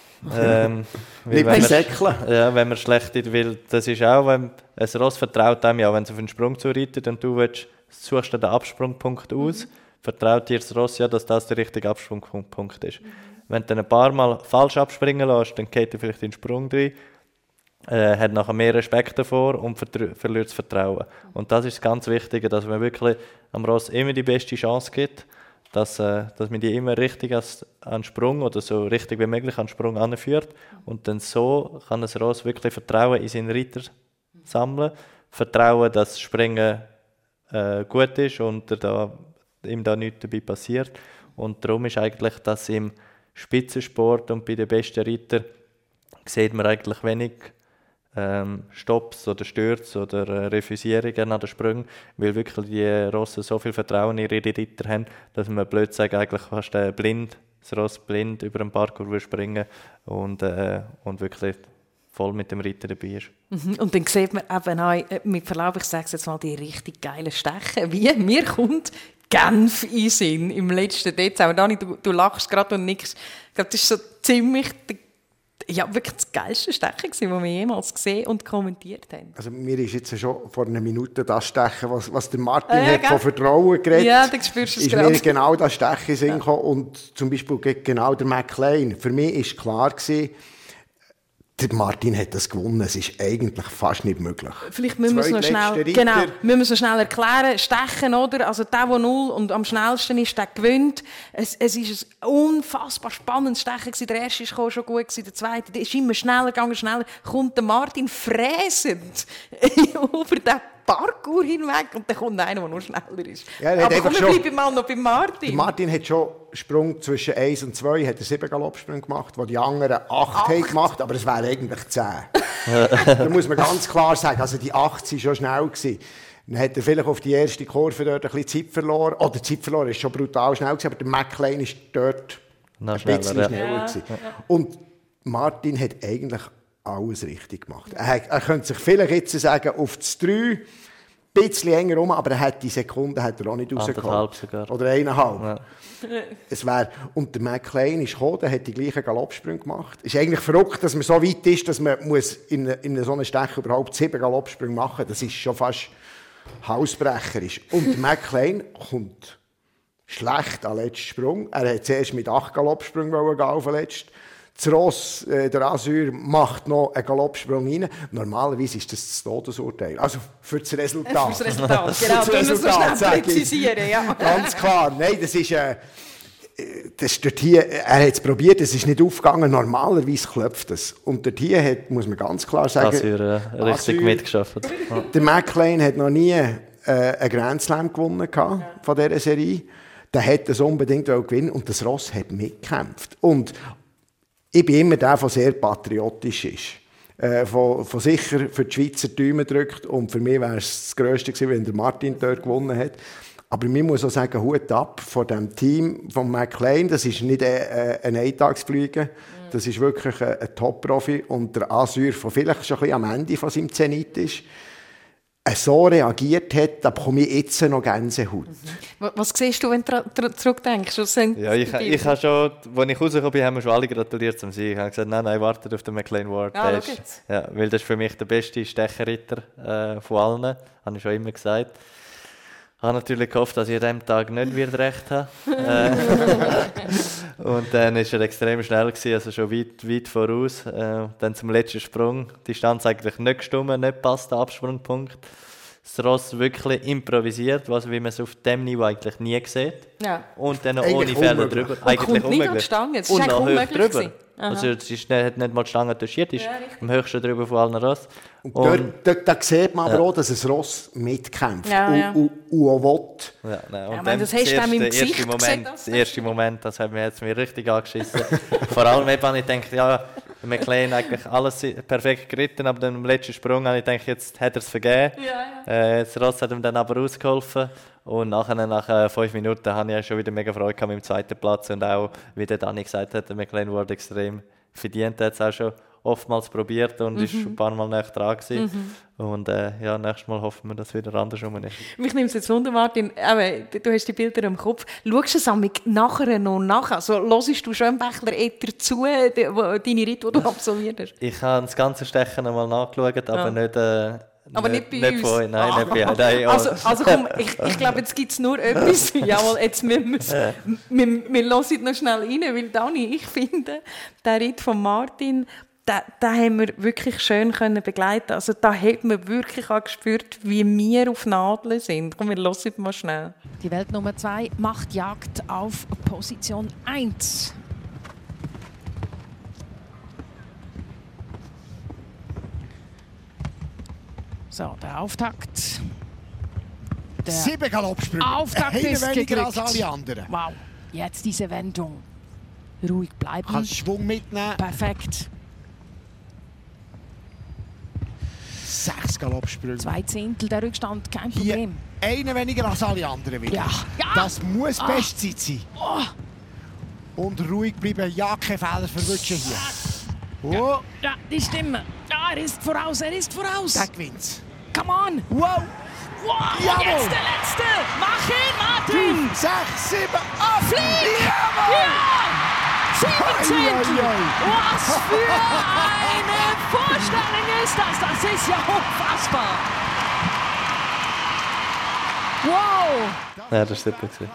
Nicht bei Säckeln.
Ja, wenn man schlecht will, das ist auch, wenn ein Ross vertraut einem ja, wenn es auf einen Sprung zureitet und du suchst den Absprungpunkt aus, vertraut dir das Ross ja, dass das der richtige Absprungpunkt ist. Wenn du dann ein paar Mal falsch abspringen lässt, dann geht er vielleicht in den Sprung rein, hat nachher mehr Respekt davor und verliert das Vertrauen. Und das ist das ganz Wichtige, dass man wirklich am Ross immer die beste Chance gibt, dass man die immer richtig an den Sprung oder so richtig wie möglich an den Sprung anführt. Und dann so kann das Ross wirklich Vertrauen in seinen Reiter sammeln, Vertrauen, dass das Springen gut ist und ihm da nichts dabei passiert. Und darum ist eigentlich, dass im Spitzensport und bei den besten Reitern sieht man eigentlich wenig Stopps oder Stürze oder Refusierungen an den Sprüngen, weil wirklich die Rosse so viel Vertrauen in ihre Reiter haben, dass man blöd sagt, eigentlich fast das Ross blind über den Parkour springen und wirklich voll mit dem Reiter dabei ist.
Und dann sieht man eben auch, mit Verlaub, ich sage es jetzt mal, die richtig geilen Stechen. Wie mir kommt Genf in den Sinn im letzten Dezember. Dani, du lachst gerade und nickst. Ich glaube, das ist so ziemlich wirklich das geilste Stechen, das wir jemals gesehen und kommentiert haben.
Also mir ist jetzt schon vor einer Minute das Stechen, was der Martin hat von Vertrauen geredet.
Ja, dann spürst du es
ist
gerade.
Mir genau das Stechen in Sinn gekommen. Und zum Beispiel genau der McLean. Für mich war klar gewesen, der Martin hat das gewonnen. Es ist eigentlich fast nicht möglich.
Vielleicht müssen wir es noch schnell erklären. Stechen, oder? Also der 0 und am schnellsten ist, der gewinnt. Es ist ein unfassbar spannendes Stechen gewesen. Der erste war schon gut gewesen, der zweite, der ist immer schneller gegangen, schneller. Kommt der Martin fräsend über den Parkour hinweg und dann kommt einer, der noch schneller ist.
Ja,
aber komm, wir bleiben mal noch bei Martin.
Der Martin hat schon Sprung zwischen 1 und 2, hat 7 Galoppsprünge gemacht, wo die anderen 8 haben gemacht, aber es wären eigentlich 10. Da muss man ganz klar sagen, also die 8 waren schon schnell gewesen. Dann hat er vielleicht auf die erste Kurve dort ein bisschen Zeit verloren. Oder Zeit verloren ist schon brutal schnell gewesen, aber der McLean ist dort ein bisschen schneller gewesen. Und Martin hat eigentlich alles richtig gemacht. Er könnte sich vielleicht jetzt sagen, auf das 3 ein bisschen enger rum, aber er hat die Sekunden auch nicht rausgeholt. Oder 1,5. Ja. Und der McLean ist gekommen, der hat die gleichen Galoppsprünge gemacht. Es ist eigentlich verrückt, dass man so weit ist, dass man muss in so einem Stech überhaupt 7 Galoppsprünge machen muss. Das ist schon fast hausbrecherisch. Und der McLean kommt schlecht an den letzten Sprung. Er hat zuerst mit 8 Galoppsprüngen gehen auf den letzten. Das Ross, der Azur, macht noch einen Galoppsprung rein. Normalerweise ist das Todesurteil. Also für das Resultat.
Für das Resultat, genau. Das müssen wir so schnell präzisieren. Ja.
Ganz klar. Nein, das ist dort hier, er hat es probiert, es ist nicht aufgegangen. Normalerweise klopft es. Und dort hier muss man ganz klar sagen,
Azur richtig mitgeschafft.
Der McLean hat noch nie einen Grand Slam gewonnen von dieser Serie. Der hat es unbedingt gewinnen und das Ross hat mitgekämpft. Und ich bin immer der, der sehr patriotisch ist. Von sicher für die Schweizer Däume drückt. Und für mich wäre es das Grösste gewesen, wenn der Martin dort gewonnen hat. Aber man muss auch sagen, Hut ab von dem Team von McLean. Das ist nicht ein Eintagsfliege. Das ist wirklich ein Top-Profi. Und der Azur, der vielleicht schon ein bisschen am Ende von seinem Zenit ist, so reagiert hat, da bekomme ich jetzt noch Gänsehaut.
Was siehst du, wenn du zurückdenkst?
Ja, ich habe schon, als ich rausgekommen bin, haben wir schon alle gratuliert zum Sieg. Ich habe gesagt, nein, wartet auf den McLean Ward. Ja, weil das ist für mich der beste Stecherritter von allen, habe ich schon immer gesagt. Ich habe natürlich gehofft, dass ich an diesem Tag nicht wieder recht habe. Und dann war er extrem schnell, also schon weit voraus. Dann zum letzten Sprung, die Distanz eigentlich nicht gestimmt, nicht passt, der Absprungpunkt. Das Ross wirklich improvisiert, wie man es auf diesem Niveau eigentlich nie sieht. Ja. Und dann noch ohne Fehler drüber.
Eigentlich unmöglich. Nicht an die Stange, es ist eigentlich unmöglich drüber.
Also es hat nicht mal die Stange touchiert, ist am höchsten drüber von allen Ross.
Und da sieht man aber auch, dass ein Ross mitkämpft und auch will.
Und dann das hast du im Gesicht gesehen. Der erste Moment, das hat mir richtig angeschissen. Vor allem habe ich gedacht, ja, McLean eigentlich alles perfekt geritten, aber dann im letzten Sprung habe ich gedacht, jetzt hat er es vergeben. Das Ross hat ihm dann aber ausgeholfen. Und nach 5 Minuten hatte ich schon wieder mega Freude mit dem zweiten Platz. Und auch, wie der Dani gesagt hat, der McLean Ward extrem verdient. Er hat es auch schon oftmals probiert und ist schon ein paar Mal näher dran gewesen. Und nächstes Mal hoffen wir, dass es wieder andersrum ist.
Mich nimmt es jetzt Wunder, Martin, du hast die Bilder im Kopf. Schaust du es nachher noch nach? Also hörst du Schönbächler eher zu, deine Ritte, die du absolviert hast?
Ich habe das ganze Stechen einmal nachgeschaut, aber nicht...
Aber nicht bei uns?
Nein, nicht bei uns. Nein,
also komm, ich glaube, jetzt gibt es nur etwas. Jawohl, jetzt müssen wir hören noch schnell rein, weil Dani, ich finde, der Ritt von Martin, den haben wir wirklich schön begleiten. Also da hat man wirklich auch gespürt, wie wir auf Nadeln sind. Komm, wir hören mal schnell.
Die Weltnummer 2 macht Jagd auf Position 1. So, der Auftakt.
Der 7 Galoppsprünge.
Auftakt ist
weniger als alle anderen.
Wow, jetzt diese Wendung. Ruhig bleiben.
Kannst Schwung mitnehmen.
Perfekt.
6 Galoppsprünge.
2 Zehntel der Rückstand, kein Problem.
Hier einer weniger als alle anderen wieder.
Ja.
Das muss Bestzeit sein. Und ruhig bleiben, ja, keine Fehler verwünschen hier.
Ja, die Stimme. Ja, er ist voraus, Der
gewinnt's.
Come on!
Wow!
Jawohl. Jetzt der letzte! Mach ihn, Martin!
5, 6, 7, 8!
Flieg! Ja! 7 Zehntel! Was für eine Vorstellung ist das! Das ist ja unfassbar! Wow!
Ja, das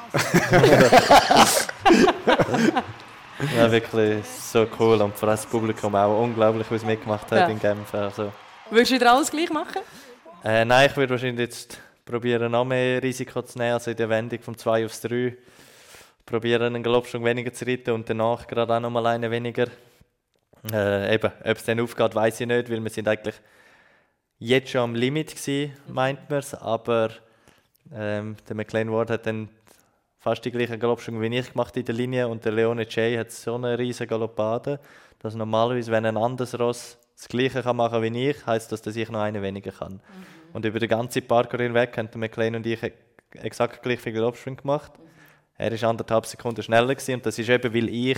war super. Ja, wirklich so cool und vor allem das Publikum auch unglaublich, was mitgemacht hat in Genf. Also.
Würdest du wieder alles gleich machen?
Nein, ich würde wahrscheinlich jetzt probieren, noch mehr Risiko zu nehmen, also in der Wendung vom 2 aufs 3. Probieren, einen Galoppsprung weniger zu reiten und danach gerade auch noch mal einen weniger. Ob es dann aufgeht, weiss ich nicht, weil wir sind eigentlich jetzt schon am Limit gewesen, meint man es, aber der McLean Ward hat dann fast die gleichen Galoppsprünge wie ich gemacht in der Linie und der Leone J hat so eine riesige Galoppade, dass normalerweise, wenn ein anderes Ross das Gleiche kann machen wie ich, heisst das, dass ich noch einen weniger kann. Und über den ganzen Parcours hinweg haben McLean und ich exakt gleich viel Galoppsprünge gemacht. Er war 1,5 Sekunden schneller gewesen, und das ist eben, weil ich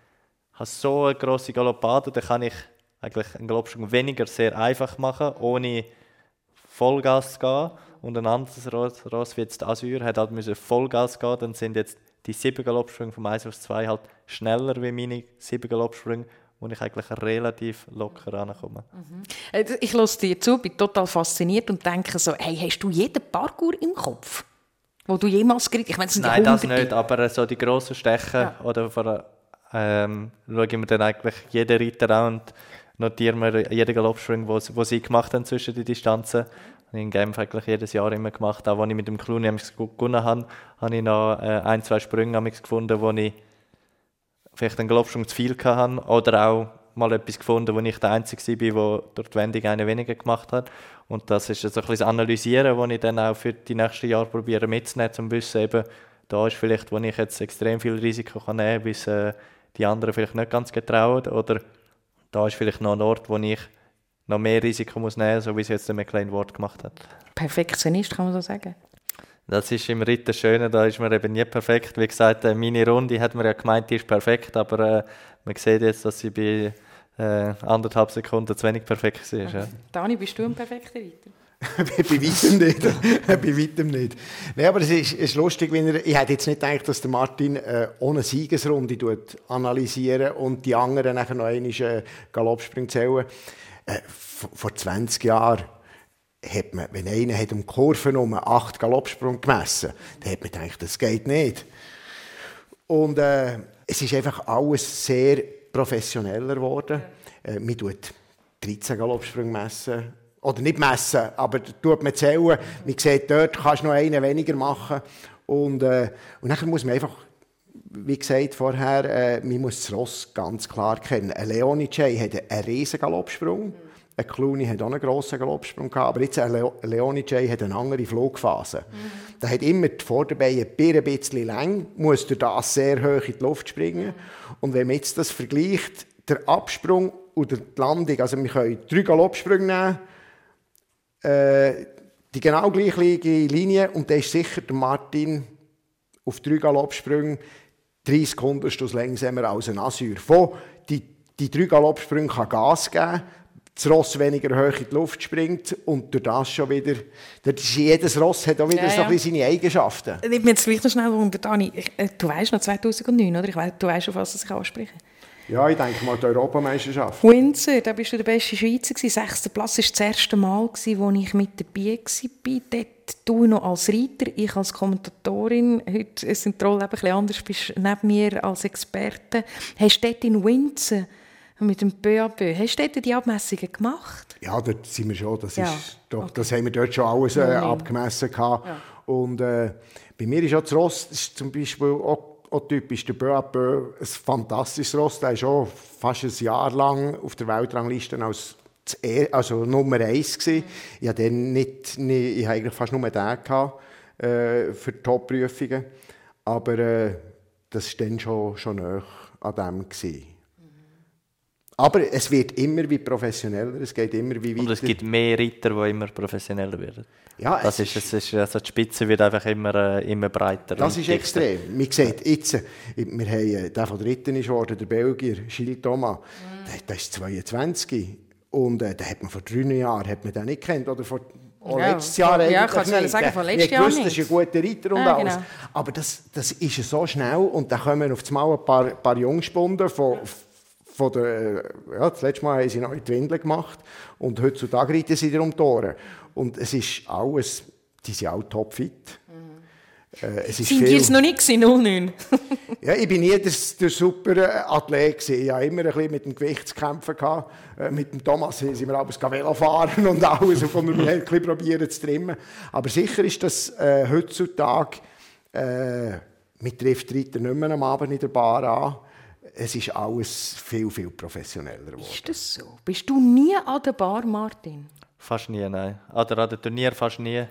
so eine grosse Galoppade, da kann ich eigentlich einen Galoppsprung weniger sehr einfach machen, ohne Vollgas zu gehen. Und ein anderes Ross wie jetzt Azur hat halt Vollgas gehen, dann sind jetzt die 7 Galoppsprünge vom 1 aufs 2 halt schneller wie meine 7 Galoppsprünge, wo ich eigentlich relativ locker rankomme.
Ich höre dir zu, bin total fasziniert und denke so, hey, hast du jeden Parcours im Kopf, wo du jemals geritten hast?
Nein, das nicht, aber so die grossen Stechen oder schaue ich mir dann eigentlich jeden Reiter an und notiere mir jeden Galoppsprung, wo sie gemacht haben zwischen den Distanzen. Ich habe in Genf eigentlich jedes Jahr immer gemacht. Auch als ich mit dem Clooney gewonnen habe, habe ich noch 1-2 Sprünge gefunden, wo ich vielleicht einen Galoppsprung zu viel hatte. Oder auch mal etwas gefunden, wo ich der Einzige war, der durch die Wendung einen weniger gemacht hat. Und das ist so ein bisschen das Analysieren, das ich dann auch für die nächsten Jahre probiere mitzunehmen, um zu wissen, eben, da ist vielleicht, wo ich jetzt extrem viel Risiko nehmen kann, bis die anderen vielleicht nicht ganz getrauen. Oder da ist vielleicht noch ein Ort, wo ich noch mehr Risiko muss nehmen muss, so wie es jetzt der McLean Ward gemacht hat.
Perfektionist, kann man so sagen?
Das ist im Ritt das Schöne, da ist man eben nie perfekt. Wie gesagt, meine Runde hat man ja gemeint, die ist perfekt, aber man sieht jetzt, dass sie bei 1,5 Sekunden zu wenig perfekt war. Ja.
Dani, bist du ein perfekter Reiter?
Bei weitem nicht. Nein, aber es ist lustig, ich hätte jetzt nicht gedacht, dass der Martin ohne Siegesrunde analysieren und die anderen nachher noch einmal Galoppsprung zählen. Vor 20 Jahren hat man, wenn einer hat um Kurven um 8 Galoppsprung gemessen, dann hat man gedacht, das geht nicht. Und es ist einfach alles sehr professioneller geworden. Man tut 13 Galoppsprünge messen. Oder nicht messen, aber tut man zählen. Man sieht, dort kannst du noch einen weniger machen. Und dann muss man einfach, wie gesagt vorher, man muss das Ross ganz klar kennen. Ein Leoni J hat einen riesen Galoppsprung. Ein Clooney hat auch einen grossen Galoppsprung gehabt. Aber jetzt ein Leoni J hat eine andere Flugphase. Der hat immer die Vorderbeine ein bisschen lang, muss durch das sehr hoch in die Luft springen. Und wenn man jetzt das vergleicht, der Absprung oder die Landung, also wir können 3 Galoppsprünge nehmen, die genau gleiche Linie, und da ist sicher der Martin auf 3 Galoppsprüngen 30 Sekunden langsamer als ein Asur. Die 3 Galoppsprünge kann Gas geben, das Ross weniger hoch in die Luft springt und durch das schon wieder, jedes Ross hat auch wieder so ein bisschen seine Eigenschaften.
Ich bin jetzt vielleicht noch schnell unter Dani. Du weißt noch 2009, oder? Du weißt, auf was ich anspreche.
Ja, ich denke mal die Europameisterschaft.
Windsor, da bist du der beste Schweizer gewesen. 6. Platz war das erste Mal, wo ich mit dabei war. Dort du noch als Reiter, ich als Kommentatorin. Heute sind die Rollen ein bisschen anders, bist neben mir als Experte. Hast du dort in Windsor mit dem BAB, hast du dort die Abmessungen gemacht?
Ja, dort sind wir schon. Das haben wir dort schon alles abgemessen gehabt. Ja. Und bei mir ist auch das Ross, das ist zum Beispiel auch typisch, der Böapö, ein fantastisches Ross. Der war auch fast ein Jahr lang auf der Weltrangliste als Nummer 1 gewesen. Ich hatte eigentlich fast nur den gehabt, für die Top-Prüfungen. Aber das war dann schon näher an dem gewesen. Aber es wird immer wie professioneller, es geht immer wie weiter.
Und es gibt mehr Reiter, die immer professioneller werden.
Ja,
also die Spitze wird einfach immer breiter.
Das ist extrem. Man sieht jetzt, wir haben den von der Ritten geworden, der Belgier, Gilles Thomas, der ist 22. Und den hat man vor 3 Jahren den nicht gekannt. Oder letztes Jahr eigentlich.
Ja, kannst du sagen, von letztes Jahr nicht.
Das ist ein guter Reiter und alles. Genau. Aber das ist so schnell. Und dann kommen auf einmal ein paar Jungspunden das letzte Mal haben sie noch in die Windel gemacht und heutzutage reiten sie um die Ohren. Und es ist alles, die sind auch topfit.
Sind die es noch nicht gewesen, 09?
Ja, ich bin nie der super Athlet gewesen. Ich hatte immer ein bisschen mit dem Gewicht zu kämpfen gehabt. Mit dem Thomas sind wir abends Velo fahren und alles, und wir ein bisschen probieren zu trimmen. Aber sicher ist das heutzutage, man trifft die Reiter nicht mehr am Abend in der Bar an. Es ist alles viel, viel professioneller geworden.
Ist das so? Bist du nie an der Bar, Martin?
Fast nie, nein. Oder an dem Turnier fast nie.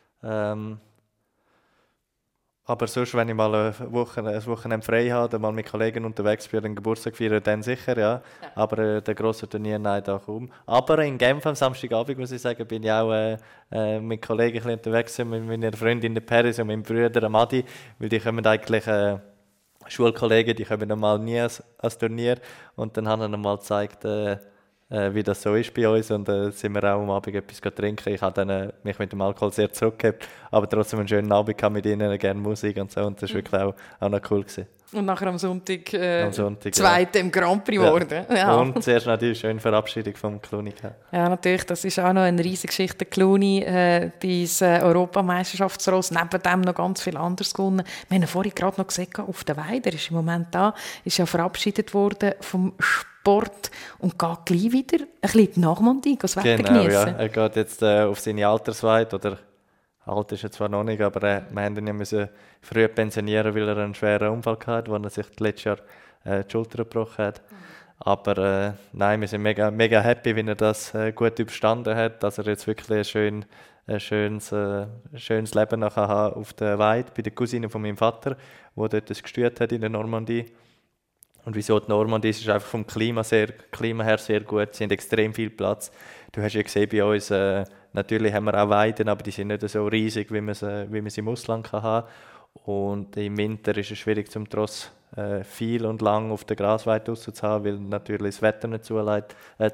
Aber sonst, wenn ich mal ein Wochenende frei habe, mal mit Kollegen unterwegs bin, einen Geburtstag feiern, dann sicher, ja. Aber der grosse Turnier, nein, da kaum. Aber in Genf am Samstagabend, muss ich sagen, bin ich auch mit Kollegen ein bisschen unterwegs, mit meiner Freundin der Paris und meinem Bruder Amadi, weil die kommen eigentlich... Schulkollegen, die kommen normal nie ans Turnier, und dann haben wir ihnen mal gezeigt, wie das so ist bei uns, und sind wir auch am Abend etwas trinken. Ich habe dann mich mit dem Alkohol sehr zurückgehabt, aber trotzdem einen schönen Abend mit ihnen, gerne Musik und so, und das war wirklich auch noch cool gewesen.
Und nachher am Sonntag Zweite im Grand Prix geworden.
Ja. Und zuerst noch die schöne Verabschiedung vom Clooney.
Ja, natürlich, das ist auch noch eine riesige Geschichte. Clooney, dein Europameisterschaftsross, neben dem noch ganz viel anderes gewonnen. Wir haben vorhin gerade noch gesehen, auf der Weide, er ist im Moment da, ist ja verabschiedet worden vom Sport und geht gleich wieder ein bisschen in die Normandie, das Wetter genießen.
Ja. Er geht jetzt auf seine Altersweide, oder alt ist er zwar noch nicht, aber wir mussten ihn ja früh pensionieren, weil er einen schweren Unfall hatte, wo er sich letztes Jahr die Schulter gebrochen hat. Aber nein, wir sind mega, mega happy, wie er das gut überstanden hat, dass er jetzt wirklich ein schönes Leben nachher haben auf der Weide bei der Cousine von meinem Vater, die dort studiert hat in der Normandie. Und wieso die Normandie ist einfach vom Klima her sehr gut. Sie haben extrem viel Platz. Du hast ja gesehen bei uns, natürlich haben wir auch Weiden, aber die sind nicht so riesig, wie man sie im Ausland haben kann. Und im Winter ist es schwierig, zum Tross viel und lang auf der Grasweide draussen zu haben, weil natürlich das Wetter nicht zulässt.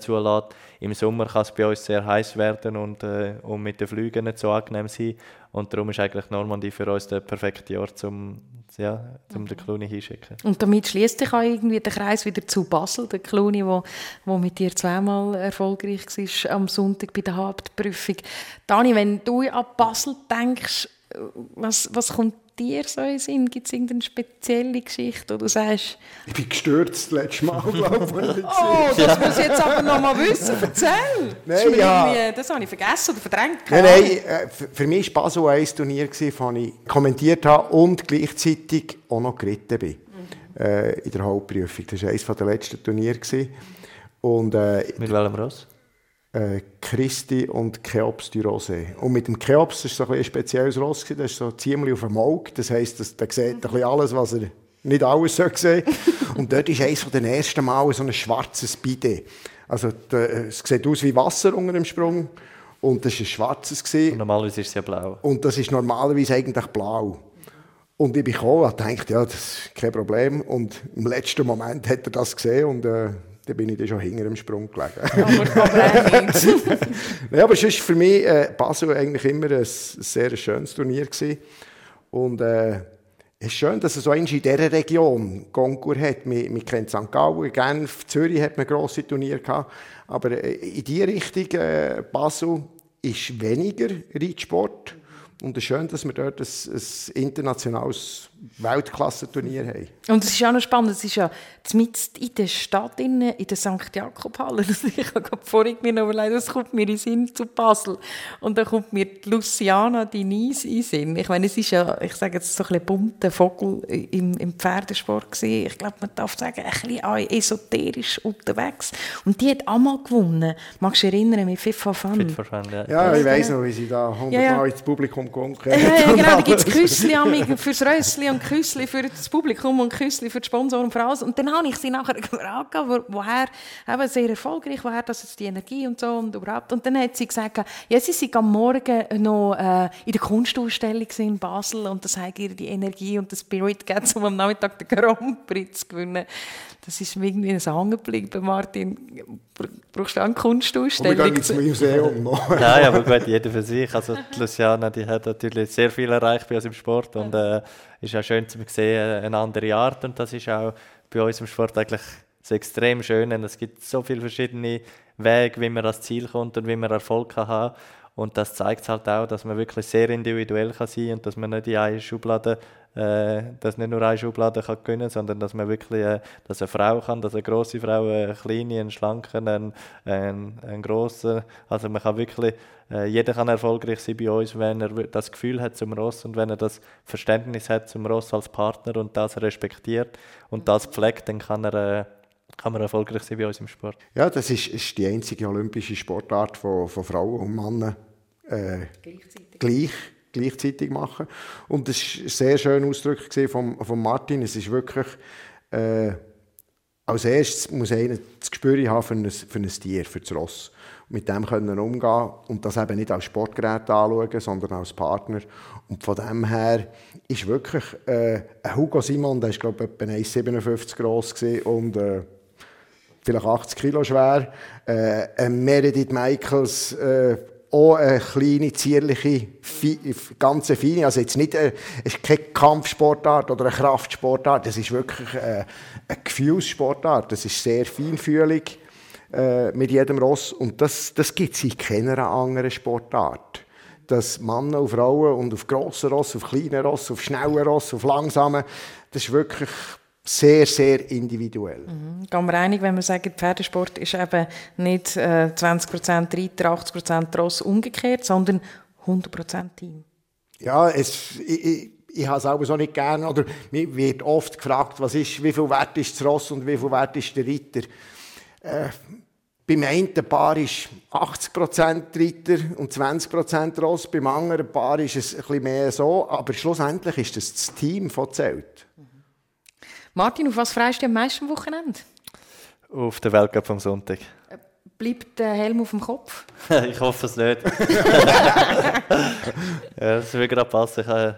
Im Sommer kann es bei uns sehr heiß werden und mit den Flügen nicht so angenehm sein. Und darum ist eigentlich Normandie für uns der perfekte Ort, um den Cluny hinzuschicken.
Und damit schließt sich auch irgendwie der Kreis wieder zu Basel, der Cluny, wo mit dir zweimal erfolgreich war am Sonntag bei der Hauptprüfung. Dani, wenn du an Basel denkst, was kommt dir so in den Sinn? Gibt es irgendeine spezielle Geschichte, wo du sagst...
Ich bin gestürzt das letzte Mal, glaube ich.
Oh, das muss ich jetzt aber noch mal wissen. Erzähl!
Nein,
das habe ich vergessen oder verdrängt.
Nein, für mich war Basel ein Turnier, das ich kommentiert habe und gleichzeitig auch noch geritten bin. In der Hauptprüfung. Das war eines der letzten Turniere. Und,
mit welchem Ross?
Christi und Cheops du Rosé. Und mit dem Cheops, das war so ein spezielles Ross, das ist so ziemlich auf dem Auge. Das heisst, der sieht ein bisschen alles, was er nicht alles sehen soll. Und dort ist eines der ersten Mal so ein schwarzes Bide. Also, es sieht aus wie Wasser unter dem Sprung. Und das war ein schwarzes.
Und normalerweise ist es ja blau.
Und das ist normalerweise eigentlich blau. Und ich bin gekommen und dachte, ja, das ist kein Problem. Und im letzten Moment hat er das gesehen und dann bin ich dann schon hinter dem Sprung gelegen.
Aber nicht.
Nein, aber es war für mich Basel eigentlich immer ein sehr schönes Turnier gewesen. Und es ist schön, dass es so in dieser Region Concours hat. Man kennt St. Gallen, Genf, Zürich hat man grosse Turniere gehabt. Aber in diese Richtung, Basel, ist weniger Reitsport. Und es ist schön, dass wir dort ein internationales Weltklasse-Turnier haben.
Und es ist auch noch spannend, es ist ja mitten in der Stadt, in der St. Jakob-Halle. Ich habe vorhin mir noch überlegt, das kommt mir in den Sinn zu Basel. Und dann kommt mir die Luciana Diniz in den Sinn. Ich meine, es ist ja, ich sage jetzt so ein bisschen bunter Vogel im Pferdesport gewesen. Ich glaube, man darf sagen, ein bisschen auch esoterisch unterwegs. Und die hat einmal gewonnen. Magst du dich erinnern, mit Fit for Fun?
Fit for Fun, ja.
Ja, ich weiss noch, wie sie da 100-mal ins Publikum gekommen sind.
Ja, genau, da gibt es Küssli fürs Rössli und Küssli für das Publikum und Küssli für die Sponsoren und für alles. Und dann habe ich sie nachher gefragt, woher, eben sehr erfolgreich, woher das jetzt die Energie und so und überhaupt. Und dann hat sie gesagt, ja, sie sind am Morgen noch in der Kunstausstellung in Basel und das hat ihr die Energie und den Spirit gegeben, um am Nachmittag den Grand Prix zu gewinnen. Das ist mir irgendwie ein Hängen geblieben, Martin. Brauchst du auch eine Kunstausstellung?
Wir gehen ins Museum noch.
Nein, aber gut, jeder für sich. Also die Luciana, die hat natürlich sehr viel erreicht bei uns im Sport und ist auch schön zu sehen, eine andere Art. Und das ist auch bei uns im Sport eigentlich das extrem Schöne. Es gibt so viele verschiedene Wege, wie man ans Ziel kommt und wie man Erfolg kann haben. Und das zeigt halt auch, dass man wirklich sehr individuell kann sein und dass man nicht in eine Schublade, dass nicht nur eine Schublade kann gewinnen, sondern dass man wirklich, dass eine Frau kann, dass eine grosse Frau, eine kleine, einen schlanken, einen grossen, also man kann wirklich, jeder kann erfolgreich sein bei uns, wenn er das Gefühl hat zum Ross und wenn er das Verständnis hat zum Ross als Partner und das respektiert und das pflegt, dann kann man erfolgreich sein bei uns im Sport.
Ja, das ist die einzige olympische Sportart, von Frauen und Männern gleichzeitig machen. Und das war sehr schön ausgedrückt von Martin. Es ist wirklich, als erstes muss einer das Gespür haben für ein Tier, für das Ross. Mit dem können umgehen und das eben nicht als Sportgerät anschauen, sondern als Partner. Und von dem her ist wirklich Hugo Simon, der war glaube ich etwa 1,57 gross und vielleicht 80 Kilo schwer. Meredith Michaels, auch eine kleine, zierliche, ganz feine. Also jetzt nicht, es ist keine Kampfsportart oder eine Kraftsportart. Das ist wirklich eine Gefühlssportart. Das ist sehr feinfühlig mit jedem Ross. Und das gibt es in keiner anderen Sportart. Dass Männer und Frauen und auf grossen Ross, auf kleinen Ross, auf schnellen Ross, auf langsamen, das ist wirklich sehr, sehr individuell.
Gehen wir einig, wenn wir sagen, Pferdesport ist eben nicht 20% Reiter, 80% Ross umgekehrt, sondern 100% Team.
Ja, ich habe es auch so nicht gerne. Oder mir wird oft gefragt, wie viel wert ist das Ross und wie viel wert ist der Reiter. Beim einen Paar ist 80% Reiter und 20% Ross, beim anderen Paar ist es ein bisschen mehr so, aber schlussendlich ist das Team, das zählt.
Martin, auf was freust du dich am meisten am Wochenende?
Auf den Weltcup am Sonntag.
Bleibt der Helm auf dem Kopf?
Ich hoffe es nicht. Ja, das würde gerade passen.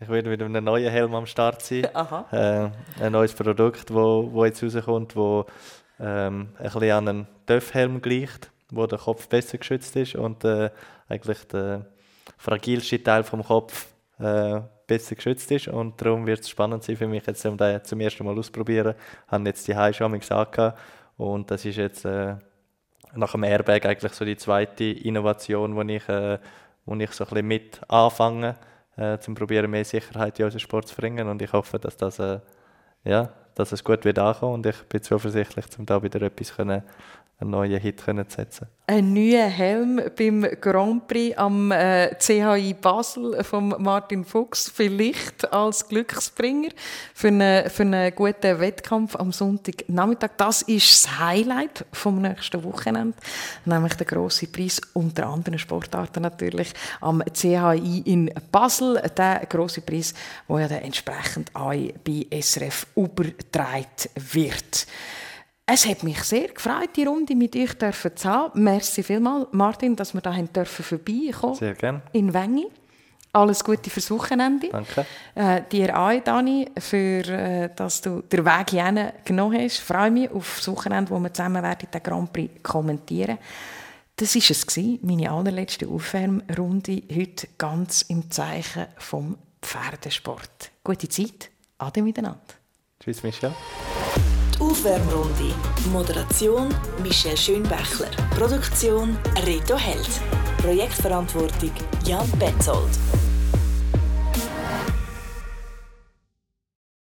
Ich werde mit einem neuen Helm am Start sein. Ein neues Produkt, wo jetzt rauskommt, wo ein bisschen an einen TÜV-Helm gleicht, wo der Kopf besser geschützt ist und eigentlich der fragilste Teil vom Kopf besser geschützt ist. Und darum wird es spannend sein für mich, jetzt um den zum ersten Mal auszuprobieren. Ich habe jetzt die schon gesagt und das ist jetzt nach dem Airbag eigentlich so die zweite Innovation, wo ich so ein bisschen mit anfange, zum probieren mehr Sicherheit in unseren Sport zu bringen. Und ich hoffe, dass dass es gut wird ankommen und ich bin zuversichtlich, um da wieder einen neuen Hit zu setzen.
Ein neuer Helm beim Grand Prix am CHI Basel von Martin Fuchs, vielleicht als Glücksbringer für einen guten Wettkampf am Sonntagnachmittag. Das ist das Highlight vom nächsten Wochenende, nämlich der grosse Preis, unter anderen Sportarten natürlich, am CHI in Basel. Der grosse Preis, der ja dann entsprechend auch bei SRF übertragen wird. Es hat mich sehr gefreut, die Runde mit euch zu haben. Merci vielmals, Martin, dass wir da vorbeikommen.
Sehr gerne.
In Wengi. Alles Gute fürs Wochenende.
Danke.
Dir auch, Dani, für dass du den Weg hierhin genommen hast. Ich freue mich auf das Wochenende, wo wir zusammen werden den Grand Prix kommentieren. Das war es, meine allerletzte Aufwärmrunde, heute ganz im Zeichen vom Pferdesport. Gute Zeit, ade miteinander.
Tschüss, Michel.
Aufwärmrunde. Moderation Michel Schönbächler. Produktion Reto Held. Projektverantwortung Jan Betzold.